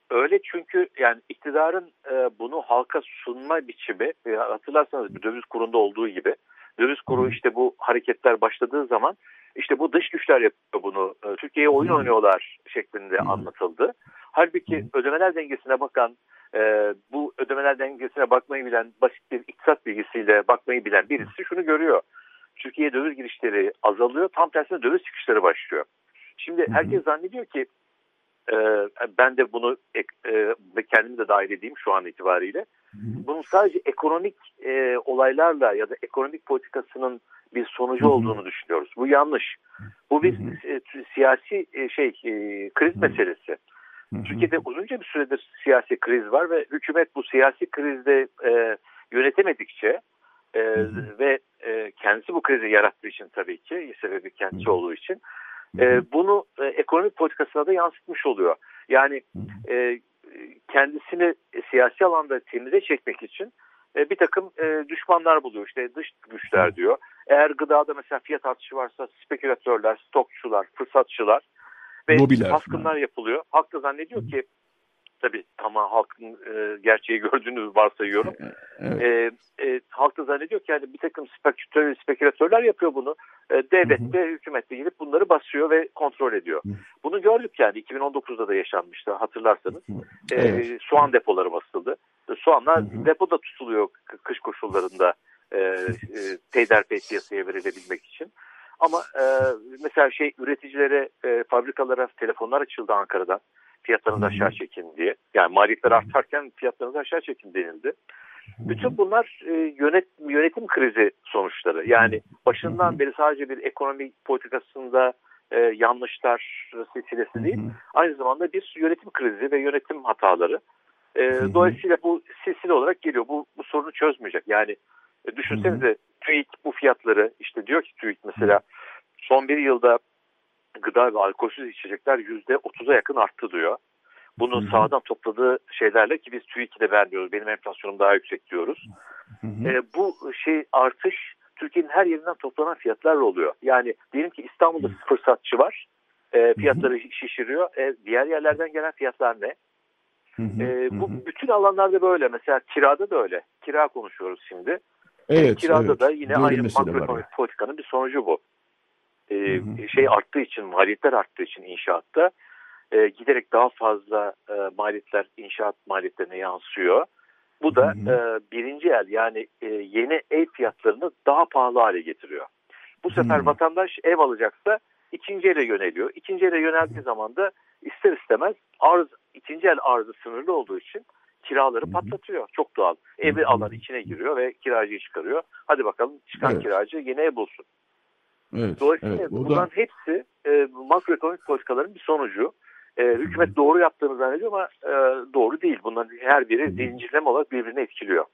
öyle çünkü yani iktidarın e, bunu halka sunma biçimi e, hatırlarsanız bir döviz kurunda olduğu gibi döviz kuru işte bu hareketler başladığı zaman işte bu dış güçler yapıyor bunu. E, Türkiye'ye oyun oynuyorlar şeklinde anlatıldı. Halbuki ödemeler dengesine bakan e, bu ödemeler dengesine bakmayı bilen basit bir iktisat bilgisiyle bakmayı bilen birisi şunu görüyor. Türkiye'ye döviz girişleri azalıyor. Tam tersine döviz çıkışları başlıyor. Şimdi herkes zannediyor ki e, ben de bunu e, kendimi de dahil edeyim şu an itibariyle. Bunun sadece ekonomik e, olaylarla ya da ekonomik politikasının bir sonucu olduğunu düşünüyoruz. Bu yanlış. Bu bir e, siyasi e, şey e, kriz meselesi. Türkiye'de uzunca bir süredir siyasi kriz var ve hükümet bu siyasi krizde e, yönetemedikçe e, ve e, kendisi bu krizi yarattığı için tabii ki sebebi kendisi olduğu için e, bunu e, ekonomik politikasına da yansıtmış oluyor. Yani e, kendisini siyasi alanda temize çekmek için e, bir takım e, düşmanlar buluyor. İşte dış güçler diyor. Eğer gıdada mesela fiyat artışı varsa spekülatörler, stokçular, fırsatçılar ve lobiler, baskınlar yani yapılıyor. Halk da zannediyor ki tabii tamam halkın e, gerçeği gördüğünü varsayıyorum. Evet. E, e, halk da zannediyor ki yani bir takım spekülatör, spekülatörler yapıyor bunu. E, devlet ve hükümet de gelip bunları basıyor ve kontrol ediyor. Hı. Bunu gördük yani iki bin on dokuzda da yaşanmıştı hatırlarsanız. E, evet. Soğan depoları basıldı. Soğanlar hı hı. depoda tutuluyor kış koşullarında e, e, peyderpey piyasaya verilebilmek için. Ama e, mesela şey üreticilere, e, fabrikalara telefonlar açıldı Ankara'dan. Fiyatlarınızı aşağı çekin diye. Yani maliyetler artarken fiyatlarınızı aşağı çekin denildi. Bütün bunlar e, yönet, yönetim krizi sonuçları. Yani başından beri sadece bir ekonomi politikasında e, yanlışlar silsilesi değil. Aynı zamanda bir yönetim krizi ve yönetim hataları. E, dolayısıyla bu silsile olarak geliyor. Bu, bu sorunu çözmeyecek. Yani e, düşünsenize TÜİK bu fiyatları işte diyor ki TÜİK mesela son bir yılda gıda ve alkolsüz içecekler yüzde otuza yakın arttı diyor. Bunu hı hı. sahadan topladığı şeylerle ki biz TÜİK'i de beğenmiyoruz. Benim enflasyonum daha yüksek diyoruz. Hı hı. E, bu şey artış Türkiye'nin her yerinden toplanan fiyatlarla oluyor. Yani diyelim ki İstanbul'da hı. fırsatçı var. E, fiyatları hı hı. şişiriyor. E, diğer yerlerden gelen fiyatlar ne? Hı hı. E, bu hı hı. bütün alanlarda böyle. Mesela kirada da öyle. Kira konuşuyoruz şimdi. Evet, e, kirada evet. da yine Böyle aynı makroekonomik politikanın bir sonucu bu. E, hı hı. Şey arttığı için, maliyetler arttığı için inşaatta e, giderek daha fazla e, maliyetler inşaat maliyetlerine yansıyor. Bu da hı hı. E, birinci el yani e, yeni ev fiyatlarını daha pahalı hale getiriyor. Bu sefer hı. vatandaş ev alacaksa ikinci ele yöneliyor. İkinci ele yöneldiği zaman da ister istemez arz, ikinci el arzı sınırlı olduğu için kiraları hı hı. patlatıyor. Çok doğal. Evi hı hı. alan içine giriyor ve kiracıyı çıkarıyor. Hadi bakalım çıkan evet. kiracı yeni ev bulsun. Evet, Dolayısıyla evet, bunların da... hepsi e, makroekonomik politikaların bir sonucu. E, hükümet doğru yaptığını zannediyor ama e, doğru değil. Bunların her biri zincirleme olarak birbirini etkiliyor.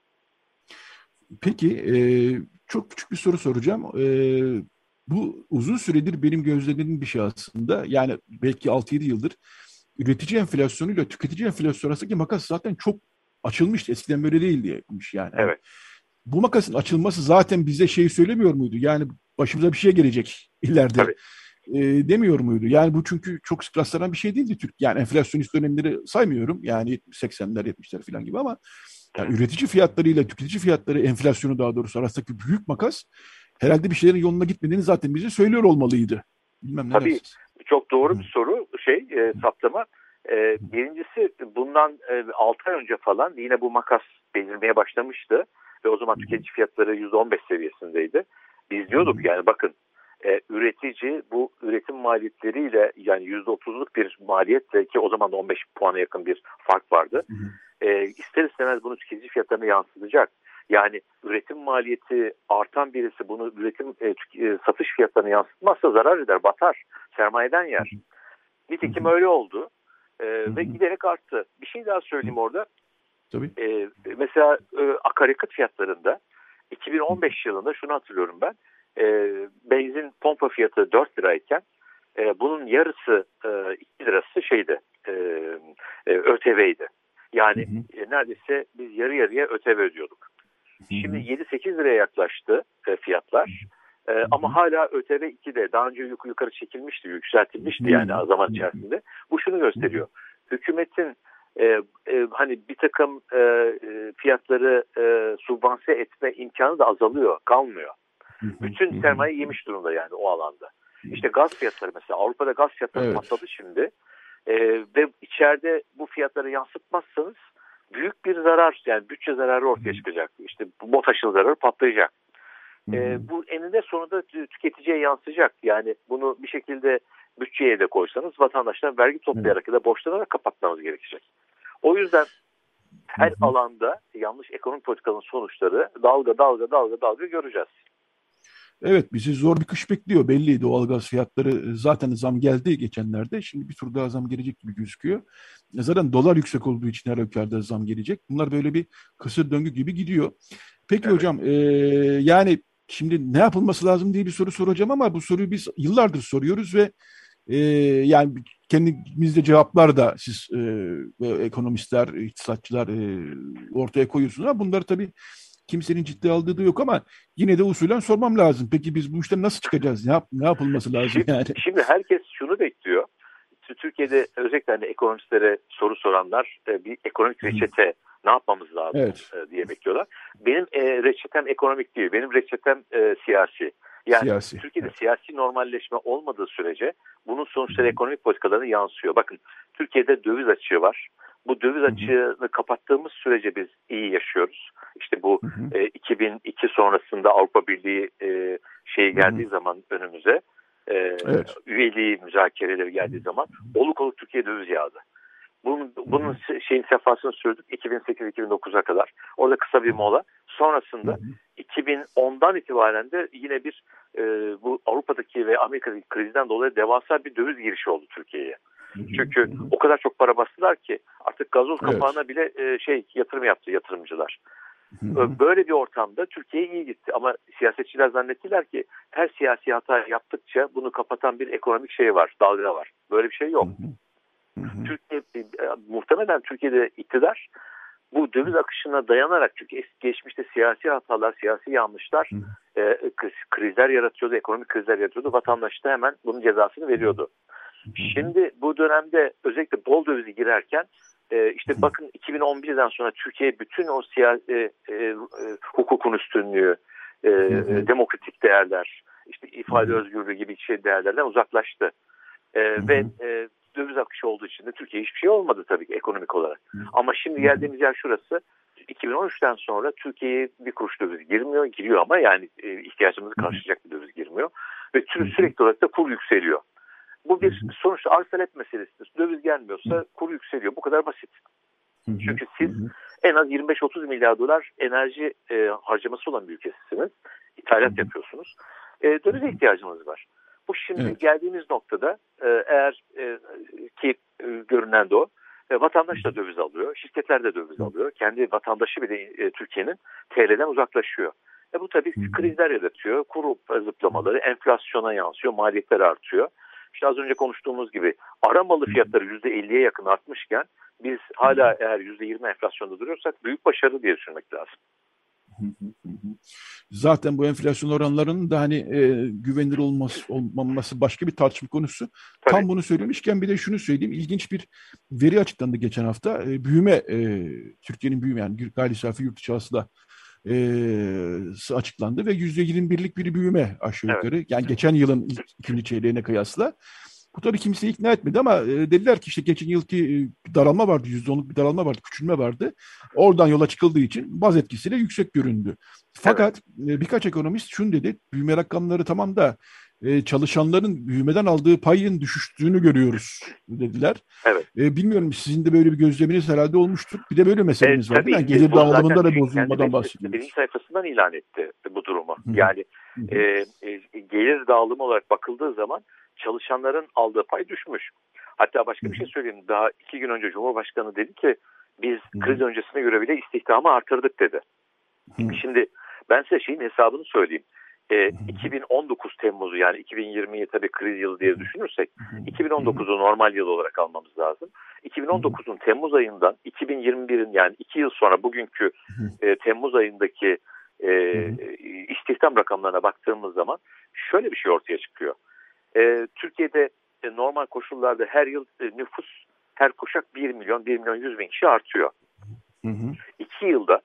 Peki e, çok küçük bir soru soracağım. E, bu uzun süredir benim gözlemlediğim bir şey aslında. Yani belki altı yedi yıldır üretici enflasyonuyla tüketici enflasyonu arasındaki makas zaten çok açılmıştı. Eskiden böyle değildi yani. Evet. Bu makasın açılması zaten bize şeyi söylemiyor muydu? Yani başımıza bir şey gelecek ileride e, demiyor muydu? Yani bu çünkü çok sık rastlanan bir şey değildi Türk. Yani enflasyonist dönemleri saymıyorum. Yani seksenler yetmişler falan gibi ama yani üretici fiyatlarıyla tüketici fiyatları enflasyonu daha doğrusu arasındaki büyük makas herhalde bir şeylerin yoluna gitmediğini zaten bize söylüyor olmalıydı. Bilmem ne Tabii dersiniz? Çok doğru bir soru şey e, saptama. E, birincisi bundan e, altı ay önce falan yine bu makas belirmeye başlamıştı. Ve o zaman tüketici fiyatları yüzde on beş seviyesindeydi. Biz diyorduk yani bakın e, üretici bu üretim maliyetleriyle yani yüzde otuzluk bir maliyetle ki o zaman da on beş puana yakın bir fark vardı. E, ister istemez bunu tüketici fiyatlarına yansıtacak. Yani üretim maliyeti artan birisi bunu üretim e, e, satış fiyatlarına yansıtmazsa zarar eder, batar. Sermayeden yer. Nitekim öyle oldu. E, ve giderek arttı. Bir şey daha söyleyeyim orada. Tabii. Ee, mesela e, akaryakıt fiyatlarında iki bin on beş yılında şunu hatırlıyorum ben. E, benzin pompa fiyatı dört lirayken e, bunun yarısı e, iki lirası şeydi. E, e, ÖTV'ydi. Yani hı hı. E, neredeyse biz yarı yarıya ÖTV ödüyorduk. Hı hı. Şimdi yedi sekiz liraya yaklaştı e, fiyatlar. E, hı hı. Ama hala ÖTV ikide. Daha önce yukarı çekilmişti, yükseltilmişti hı hı. yani zaman içerisinde. Bu şunu gösteriyor. Hı hı. Hükümetin e, e, hani bir takım e, fiyatları e, subvanse etme imkanı da azalıyor, kalmıyor. Bütün sermaye yemiş durumda yani o alanda. İşte gaz fiyatları mesela, Avrupa'da gaz fiyatları evet. patladı şimdi e, ve içeride bu fiyatları yansıtmazsanız büyük bir zarar, yani bütçe zararı ortaya çıkacak. İşte bu BOTAŞ'ın zararı patlayacak. E, bu eninde sonunda tüketiciye yansıyacak. Yani bunu bir şekilde bütçeye de koysanız vatandaşlar vergi toplayarak ya da borçlanarak kapatmamız gerekecek. O yüzden her hı hı. alanda yanlış ekonomik politikanın sonuçları dalga dalga dalga dalga göreceğiz. Evet, bizi zor bir kış bekliyor. Belli, doğalgaz fiyatları zaten zam geldi geçenlerde. Şimdi bir tur daha zam gelecek gibi gözüküyor. Zaten dolar yüksek olduğu için her halükarda zam gelecek. Bunlar böyle bir kısır döngü gibi gidiyor. Peki evet. hocam, e, yani şimdi ne yapılması lazım diye bir soru soracağım ama bu soruyu biz yıllardır soruyoruz ve e, yani kendimizde cevaplar da siz e, ekonomistler, iktisatçılar e, ortaya koyuyorsunuz ama bunları tabii kimsenin ciddi aldığı da yok ama yine de usulen sormam lazım. Peki biz bu işten nasıl çıkacağız? Ne, yap, ne yapılması lazım şimdi, yani? Şimdi herkes şunu bekliyor. Türkiye'de özellikle hani ekonomistlere soru soranlar bir ekonomik reçete ne yapmamız lazım evet. diye bekliyorlar. Benim e, reçetem ekonomik değil. Benim reçetem e, siyasi. Yani siyasi, Türkiye'de evet. siyasi normalleşme olmadığı sürece bunun sonuçları ekonomik politikalarına yansıyor. Bakın Türkiye'de döviz açığı var. Bu döviz açığını kapattığımız sürece biz iyi yaşıyoruz. İşte bu e, iki bin iki sonrasında Avrupa Birliği e, şeyi geldiği hı hı. zaman önümüze e, evet. üyeliği müzakereleri geldiği zaman oluk oluk Türkiye döviz yağdı. Bunun, bunun şeyin sefasını sürdük iki bin sekiz iki bin dokuza kadar. Orada kısa bir mola. Sonrasında iki bin ondan itibaren de yine bir e, bu Avrupa'daki ve Amerika'daki krizden dolayı devasa bir döviz girişi oldu Türkiye'ye. Çünkü o kadar çok para bastılar ki artık gazoz kapağına evet. bile e, şey yatırım yaptı yatırımcılar. Böyle bir ortamda Türkiye iyi gitti ama siyasetçiler zannettiler ki her siyasi hata yaptıkça bunu kapatan bir ekonomik şey var, dalga var. Böyle bir şey yok. Türkiye muhtemelen Türkiye'de iktidar bu döviz akışına dayanarak, çünkü geçmişte siyasi hatalar, siyasi yanlışlar e, krizler yaratıyordu, ekonomik krizler yaratıyordu. Vatandaş da hemen bunun cezasını veriyordu. Şimdi bu dönemde özellikle bol dövizi girerken e, işte bakın iki bin on birden sonra Türkiye bütün o siyasi e, e, hukukun üstünlüğü, e, e, demokratik değerler, işte ifade özgürlüğü gibi şey değerlerden uzaklaştı. E, ve e, döviz akışı olduğu için de Türkiye hiçbir şey olmadı tabii ki ekonomik olarak. Ama şimdi geldiğimiz yer şurası. iki bin on üçten sonra Türkiye'ye bir kuruş döviz girmiyor. Giriyor ama yani e, ihtiyacımızı karşılayacak bir döviz girmiyor. Ve sürekli olarak da kur yükseliyor. Bu bir sonuçta arz talep meselesidir. Döviz gelmiyorsa kur yükseliyor. Bu kadar basit. Çünkü siz en az yirmi beş otuz milyar dolar enerji e, harcaması olan bir ülkesiniz. İthalat yapıyorsunuz. E, dövize ihtiyacınız var. Bu şimdi evet. geldiğimiz noktada e, eğer e, ki e, görünen de o, e, vatandaş da döviz alıyor, şirketler de döviz alıyor. Kendi vatandaşı bile e, Türkiye'nin T L'den uzaklaşıyor. E, bu tabii krizler yaratıyor, kur zıplamaları, enflasyona yansıyor, maliyetler artıyor. İşte az önce konuştuğumuz gibi ara malı fiyatları yüzde elliye yakın artmışken biz hala eğer yüzde yirmi enflasyonda duruyorsak büyük başarı diye düşünmek lazım. Zaten bu enflasyon oranlarının da hani e, güvenilir olması, olmaması başka bir tartışma konusu. Tabii. Tam bunu söylemişken bir de şunu söyleyeyim. İlginç bir veri açıklandı geçen hafta. E, büyüme, e, Türkiye'nin büyüme yani gayri safi yurt içi hasıla e, açıklandı ve yüzde yirmi birlik bir büyüme aşağı yukarı. Evet. Yani geçen yılın ilk, ikinci çeyreğine kıyasla. Bu tabii kimseyi ikna etmedi ama e, dediler ki işte geçen yılki e, daralma vardı, yüzde onluk bir daralma vardı, küçülme vardı. Oradan yola çıkıldığı için baz etkisiyle yüksek göründü. Fakat evet. e, birkaç ekonomist şunu dedi, büyüme rakamları tamam da e, çalışanların büyümeden aldığı payın düşüştüğünü görüyoruz dediler. Evet. E, bilmiyorum sizin de böyle bir gözleminiz herhalde olmuştur. Bir de böyle meselemiz e, var değil mi? Yani gelir dağılımında da bozulmadan bahsediyoruz. Birinci sayfasından ilan etti bu durumu. Hı-hı. Yani e, e, gelir dağılımı olarak bakıldığı zaman çalışanların aldığı pay düşmüş. Hatta başka bir şey söyleyeyim. Daha iki gün önce Cumhurbaşkanı dedi ki biz kriz öncesine göre bile istihdamı artırdık dedi. Hı. Şimdi ben size şeyin hesabını söyleyeyim. Ee, iki bin on dokuz Temmuz'u yani iki bin yirmiyi tabii kriz yılı diye düşünürsek iki bin on dokuzu normal yıl olarak almamız lazım. iki bin on dokuzun Temmuz ayından iki bin yirmi birin yani iki yıl sonra bugünkü e, Temmuz ayındaki e, istihdam rakamlarına baktığımız zaman şöyle bir şey ortaya çıkıyor. E, Türkiye'de e, normal koşullarda her yıl e, nüfus her kuşak bir milyon, bir milyon yüz bin kişi artıyor. Hı hı. iki yılda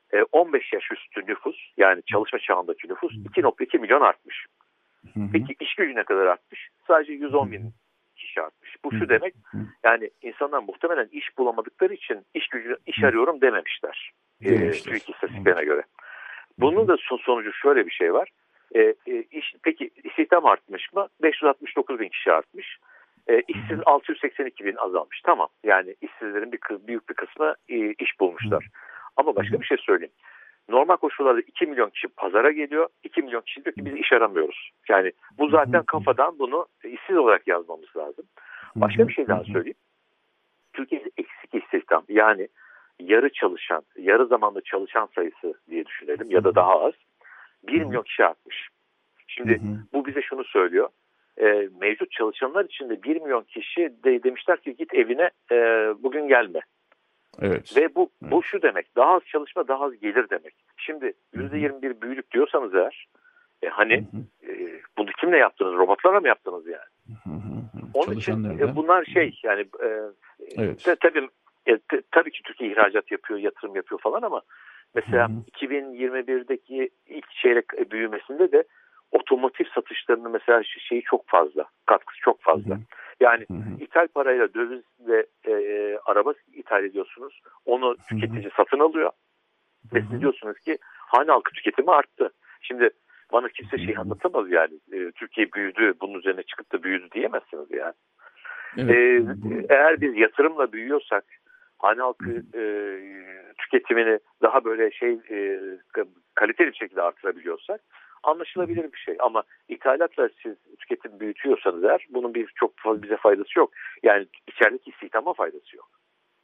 on beş yaş üstü nüfus, yani çalışma çağındaki nüfus iki nokta iki milyon artmış. Hı hı. Peki iş gücü ne kadar artmış? Sadece yüz on bin kişi artmış. Bu şu demek, yani insanlar muhtemelen iş bulamadıkları için iş gücü, iş arıyorum dememişler. Dememişler. TÜİK istatistiklerine göre. Bunun da sonucu şöyle bir şey var. E, e, iş, peki istihdam artmış mı? beş yüz altmış dokuz bin kişi artmış. E, işsiz altı yüz seksen iki bin azalmış. Tamam. Yani işsizlerin bir büyük bir kısmı e, iş bulmuşlar. Ama başka bir şey söyleyeyim. Normal koşullarda iki milyon kişi pazara geliyor. iki milyon kişi diyor ki biz iş aramıyoruz. Yani bu zaten kafadan bunu işsiz olarak yazmamız lazım. Başka bir şey daha söyleyeyim. Türkiye'de eksik istihdam, yani yarı çalışan, yarı zamanlı çalışan sayısı diye düşünelim ya da daha az. bir milyon kişi artmış. Şimdi bu bize şunu söylüyor. E, mevcut çalışanlar içinde bir milyon kişi de demişler ki git evine, e, bugün gelme. Evet. Ve bu bu şu demek, daha az çalışma daha az gelir demek. Şimdi yüzde yirmi bir büyülük diyorsanız eğer, e, hani e, bunu kimle yaptınız? Robotlarla mı yaptınız yani? Hı hı. Onun için e, bunlar şey yani e, evet. te, tabii e, te, tabii ki Türkiye ihracat yapıyor, yatırım yapıyor falan ama mesela hı hı. iki bin yirmi birdeki ilk çeyrek büyümesinde de otomotiv satışlarının mesela şeyi çok fazla, katkısı çok fazla. Hı hı. Yani hı hı. ithal parayla dövizle e, araba ithal ediyorsunuz. Onu tüketici hı hı. satın alıyor. Ve siz diyorsunuz ki hane halkı tüketimi arttı. Şimdi bana kimse şey anlatamaz yani. E, Türkiye büyüdü, bunun üzerine çıkıp da büyüdü diyemezsiniz yani. Evet. E, eğer biz yatırımla büyüyorsak, hane halkı e, tüketimini daha böyle şey e, kaliteli bir şekilde artırabiliyorsak anlaşılabilir bir şey. Ama ithalatla siz tüketim büyütüyorsanız eğer bunun bir çok fazla bize faydası yok. Yani içerideki istihdama faydası yok.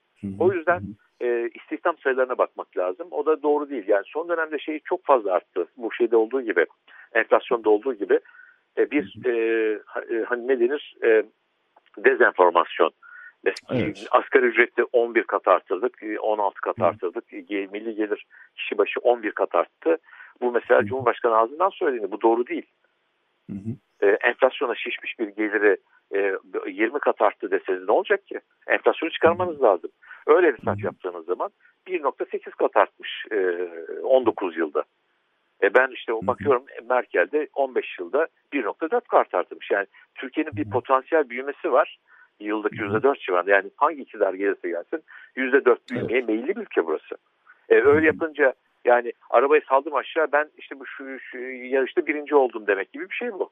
O yüzden e, istihdam sayılarına bakmak lazım. O da doğru değil. Yani son dönemde şey çok fazla arttı. Bu şeyde olduğu gibi, enflasyonda olduğu gibi e, bir e, hani ne denir? E, dezenformasyon. Mesela evet. Asgari ücreti on bir kat arttırdık, on altı kat arttırdık. Milli gelir kişi başı on bir kat arttı. Bu mesela Cumhurbaşkanı ağzından söylediğinde bu doğru değil. Hı hı. E, enflasyona şişmiş bir geliri e, yirmi kat arttı deseniz ne olacak ki? Enflasyonu çıkarmanız lazım. Öyle hesap yaptığınız zaman bir nokta sekiz kat artmış e, on dokuz yılda. E, ben işte o bakıyorum Merkel'de on beş yılda bir nokta dört kat artmış. Yani Türkiye'nin bir potansiyel büyümesi var. Yıllık yüzde dört civarında. Yani hangi iktidar gelirse gelsin yüzde dört büyümeye evet. meyilli bir ülke burası. E, öyle yapınca yani arabayı saldım aşağı, ben işte bu şu, şu yarışta birinci oldum demek gibi bir şey bu.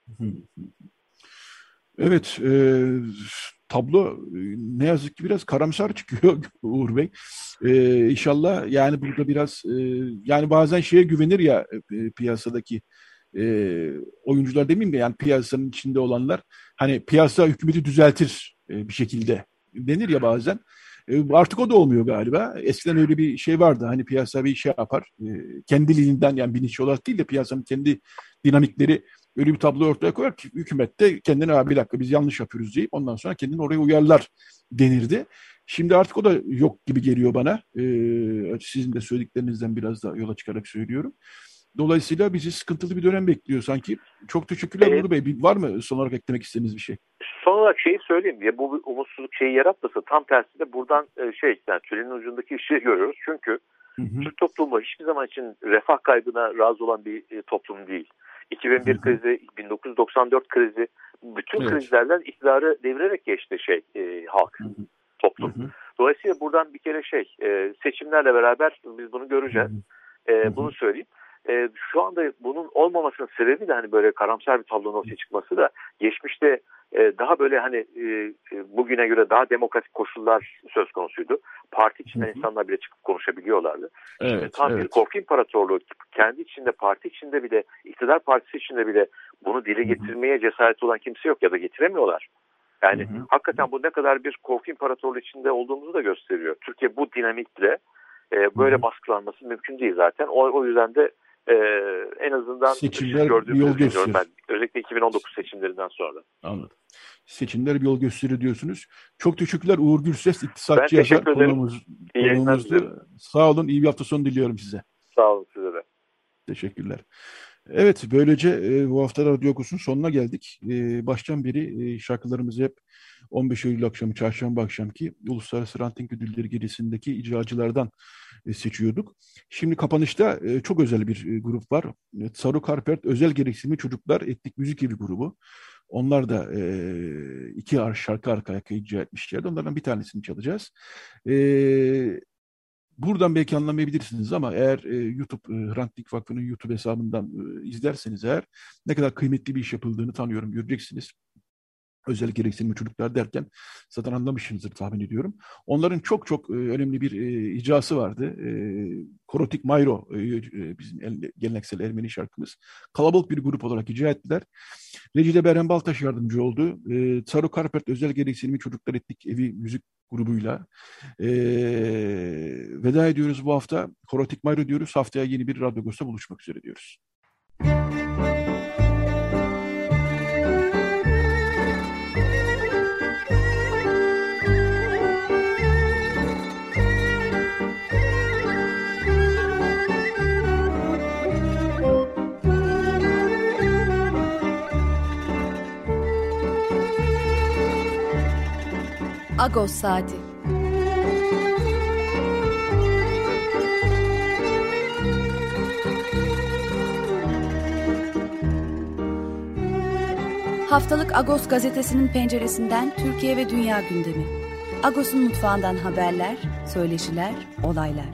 Evet, e, tablo ne yazık ki biraz karamsar çıkıyor Uğur Bey. E, İnşallah yani burada biraz e, yani bazen şeye güvenir ya e, piyasadaki e, oyuncular demeyeyim de yani piyasanın içinde olanlar, hani piyasa hükümeti düzeltir e, bir şekilde denir ya bazen. Artık o da olmuyor galiba. Eskiden öyle bir şey vardı. Hani piyasa bir şey yapar. Kendiliğinden, yani bilinçli olarak değil de piyasanın kendi dinamikleri öyle bir tablo ortaya koyar ki hükümet de kendine bir dakika biz yanlış yapıyoruz deyip ondan sonra kendini oraya uyarlar denirdi. Şimdi artık o da yok gibi geliyor bana. Sizin de söylediklerinizden biraz da yola çıkarak söylüyorum. Dolayısıyla bizi sıkıntılı bir dönem bekliyor sanki. Çok teşekkürler evet. Uğur Bey. Var mı son olarak eklemek istediğiniz bir şey? Son olarak şeyi söyleyeyim diye, bu umutsuzluk şeyi yaratmasa tam tersi de buradan şey yani tülenin ucundaki işi görüyoruz. Çünkü hı hı. Türk toplumu hiçbir zaman için refah kaybına razı olan bir toplum değil. iki bin bir hı hı. krizi, bin dokuz yüz doksan dört krizi, bütün evet. krizlerden iktidarı devirerek geçti şey e, halk, hı hı. toplum. Hı hı. Dolayısıyla buradan bir kere şey e, seçimlerle beraber biz bunu göreceğiz. Hı hı. E, bunu söyleyeyim. E, şu anda bunun olmamasının sebebi de hani böyle karamsar bir tablonun ortaya çıkması da geçmişte e, daha böyle hani e, bugüne göre daha demokratik koşullar söz konusuydu. Parti içinde hı hı. insanlar bile çıkıp konuşabiliyorlardı. Evet, Şimdi tam evet. bir korku imparatorluğu, kendi içinde, parti içinde bile, iktidar partisi içinde bile bunu dile getirmeye cesaret olan kimse yok ya da getiremiyorlar. Yani hı hı. hakikaten bu ne kadar bir korku imparatorluğu içinde olduğumuzu da gösteriyor. Türkiye bu dinamikle e, böyle hı hı. baskılanması mümkün değil zaten. O, o yüzden de Ee, en azından seçimler bir yol gösterir. Ben. Özellikle iki bin on dokuz seçimlerinden sonra. Anladım. Seçimler bir yol gösterir diyorsunuz. Çok teşekkürler Uğur Gürses, iktisatçı yazar konuğumuz, konuğumuzdu. Sağ olun, iyi bir hafta sonu diliyorum size. Sağ olun size de. Teşekkürler. Evet, böylece e, bu hafta Radyo Agos'un sonuna geldik. E, baştan beri e, şarkılarımızı hep on beş Eylül akşamı, çarşamba akşamki Uluslararası Ranting Ödülleri gecesindeki icracılardan e, seçiyorduk. Şimdi kapanışta e, çok özel bir e, grup var. E, Saru Karpert Özel Gereksinimli Çocuklar Etnik Müzik Evi grubu. Onlar da e, iki ar- şarkı arka arkaya icra etmişlerdi. Onlardan bir tanesini çalacağız. E, Buradan belki anlamayabilirsiniz ama eğer e, YouTube, e, Hrant Dink Vakfı'nın YouTube hesabından e, izlerseniz eğer ne kadar kıymetli bir iş yapıldığını tanıyorum, göreceksiniz. Özel gereksinimli çocuklar derken zaten anlamışsınızdır tahmin ediyorum. Onların çok çok e, önemli bir e, icrası vardı. E, Korotik Mayro e, e, bizim el, geleneksel Ermeni şarkımız. Kalabalık bir grup olarak icra ettiler. Recide Berhem Baltaş yardımcı oldu. E, Saru Karpert Özel Gereksinimli Çocuklar Etnik Evi müzik grubuyla e, veda ediyoruz bu hafta. Korotik Mayro diyoruz. Haftaya yeni bir Radyo Agos'ta buluşmak üzere diyoruz. Agos Saati. Haftalık Agos gazetesinin penceresinden Türkiye ve dünya gündemi. Agos'un mutfağından haberler, söyleşiler, olaylar.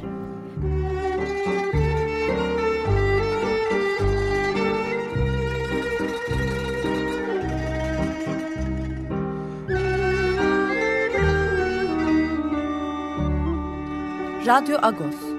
Radyo Agos.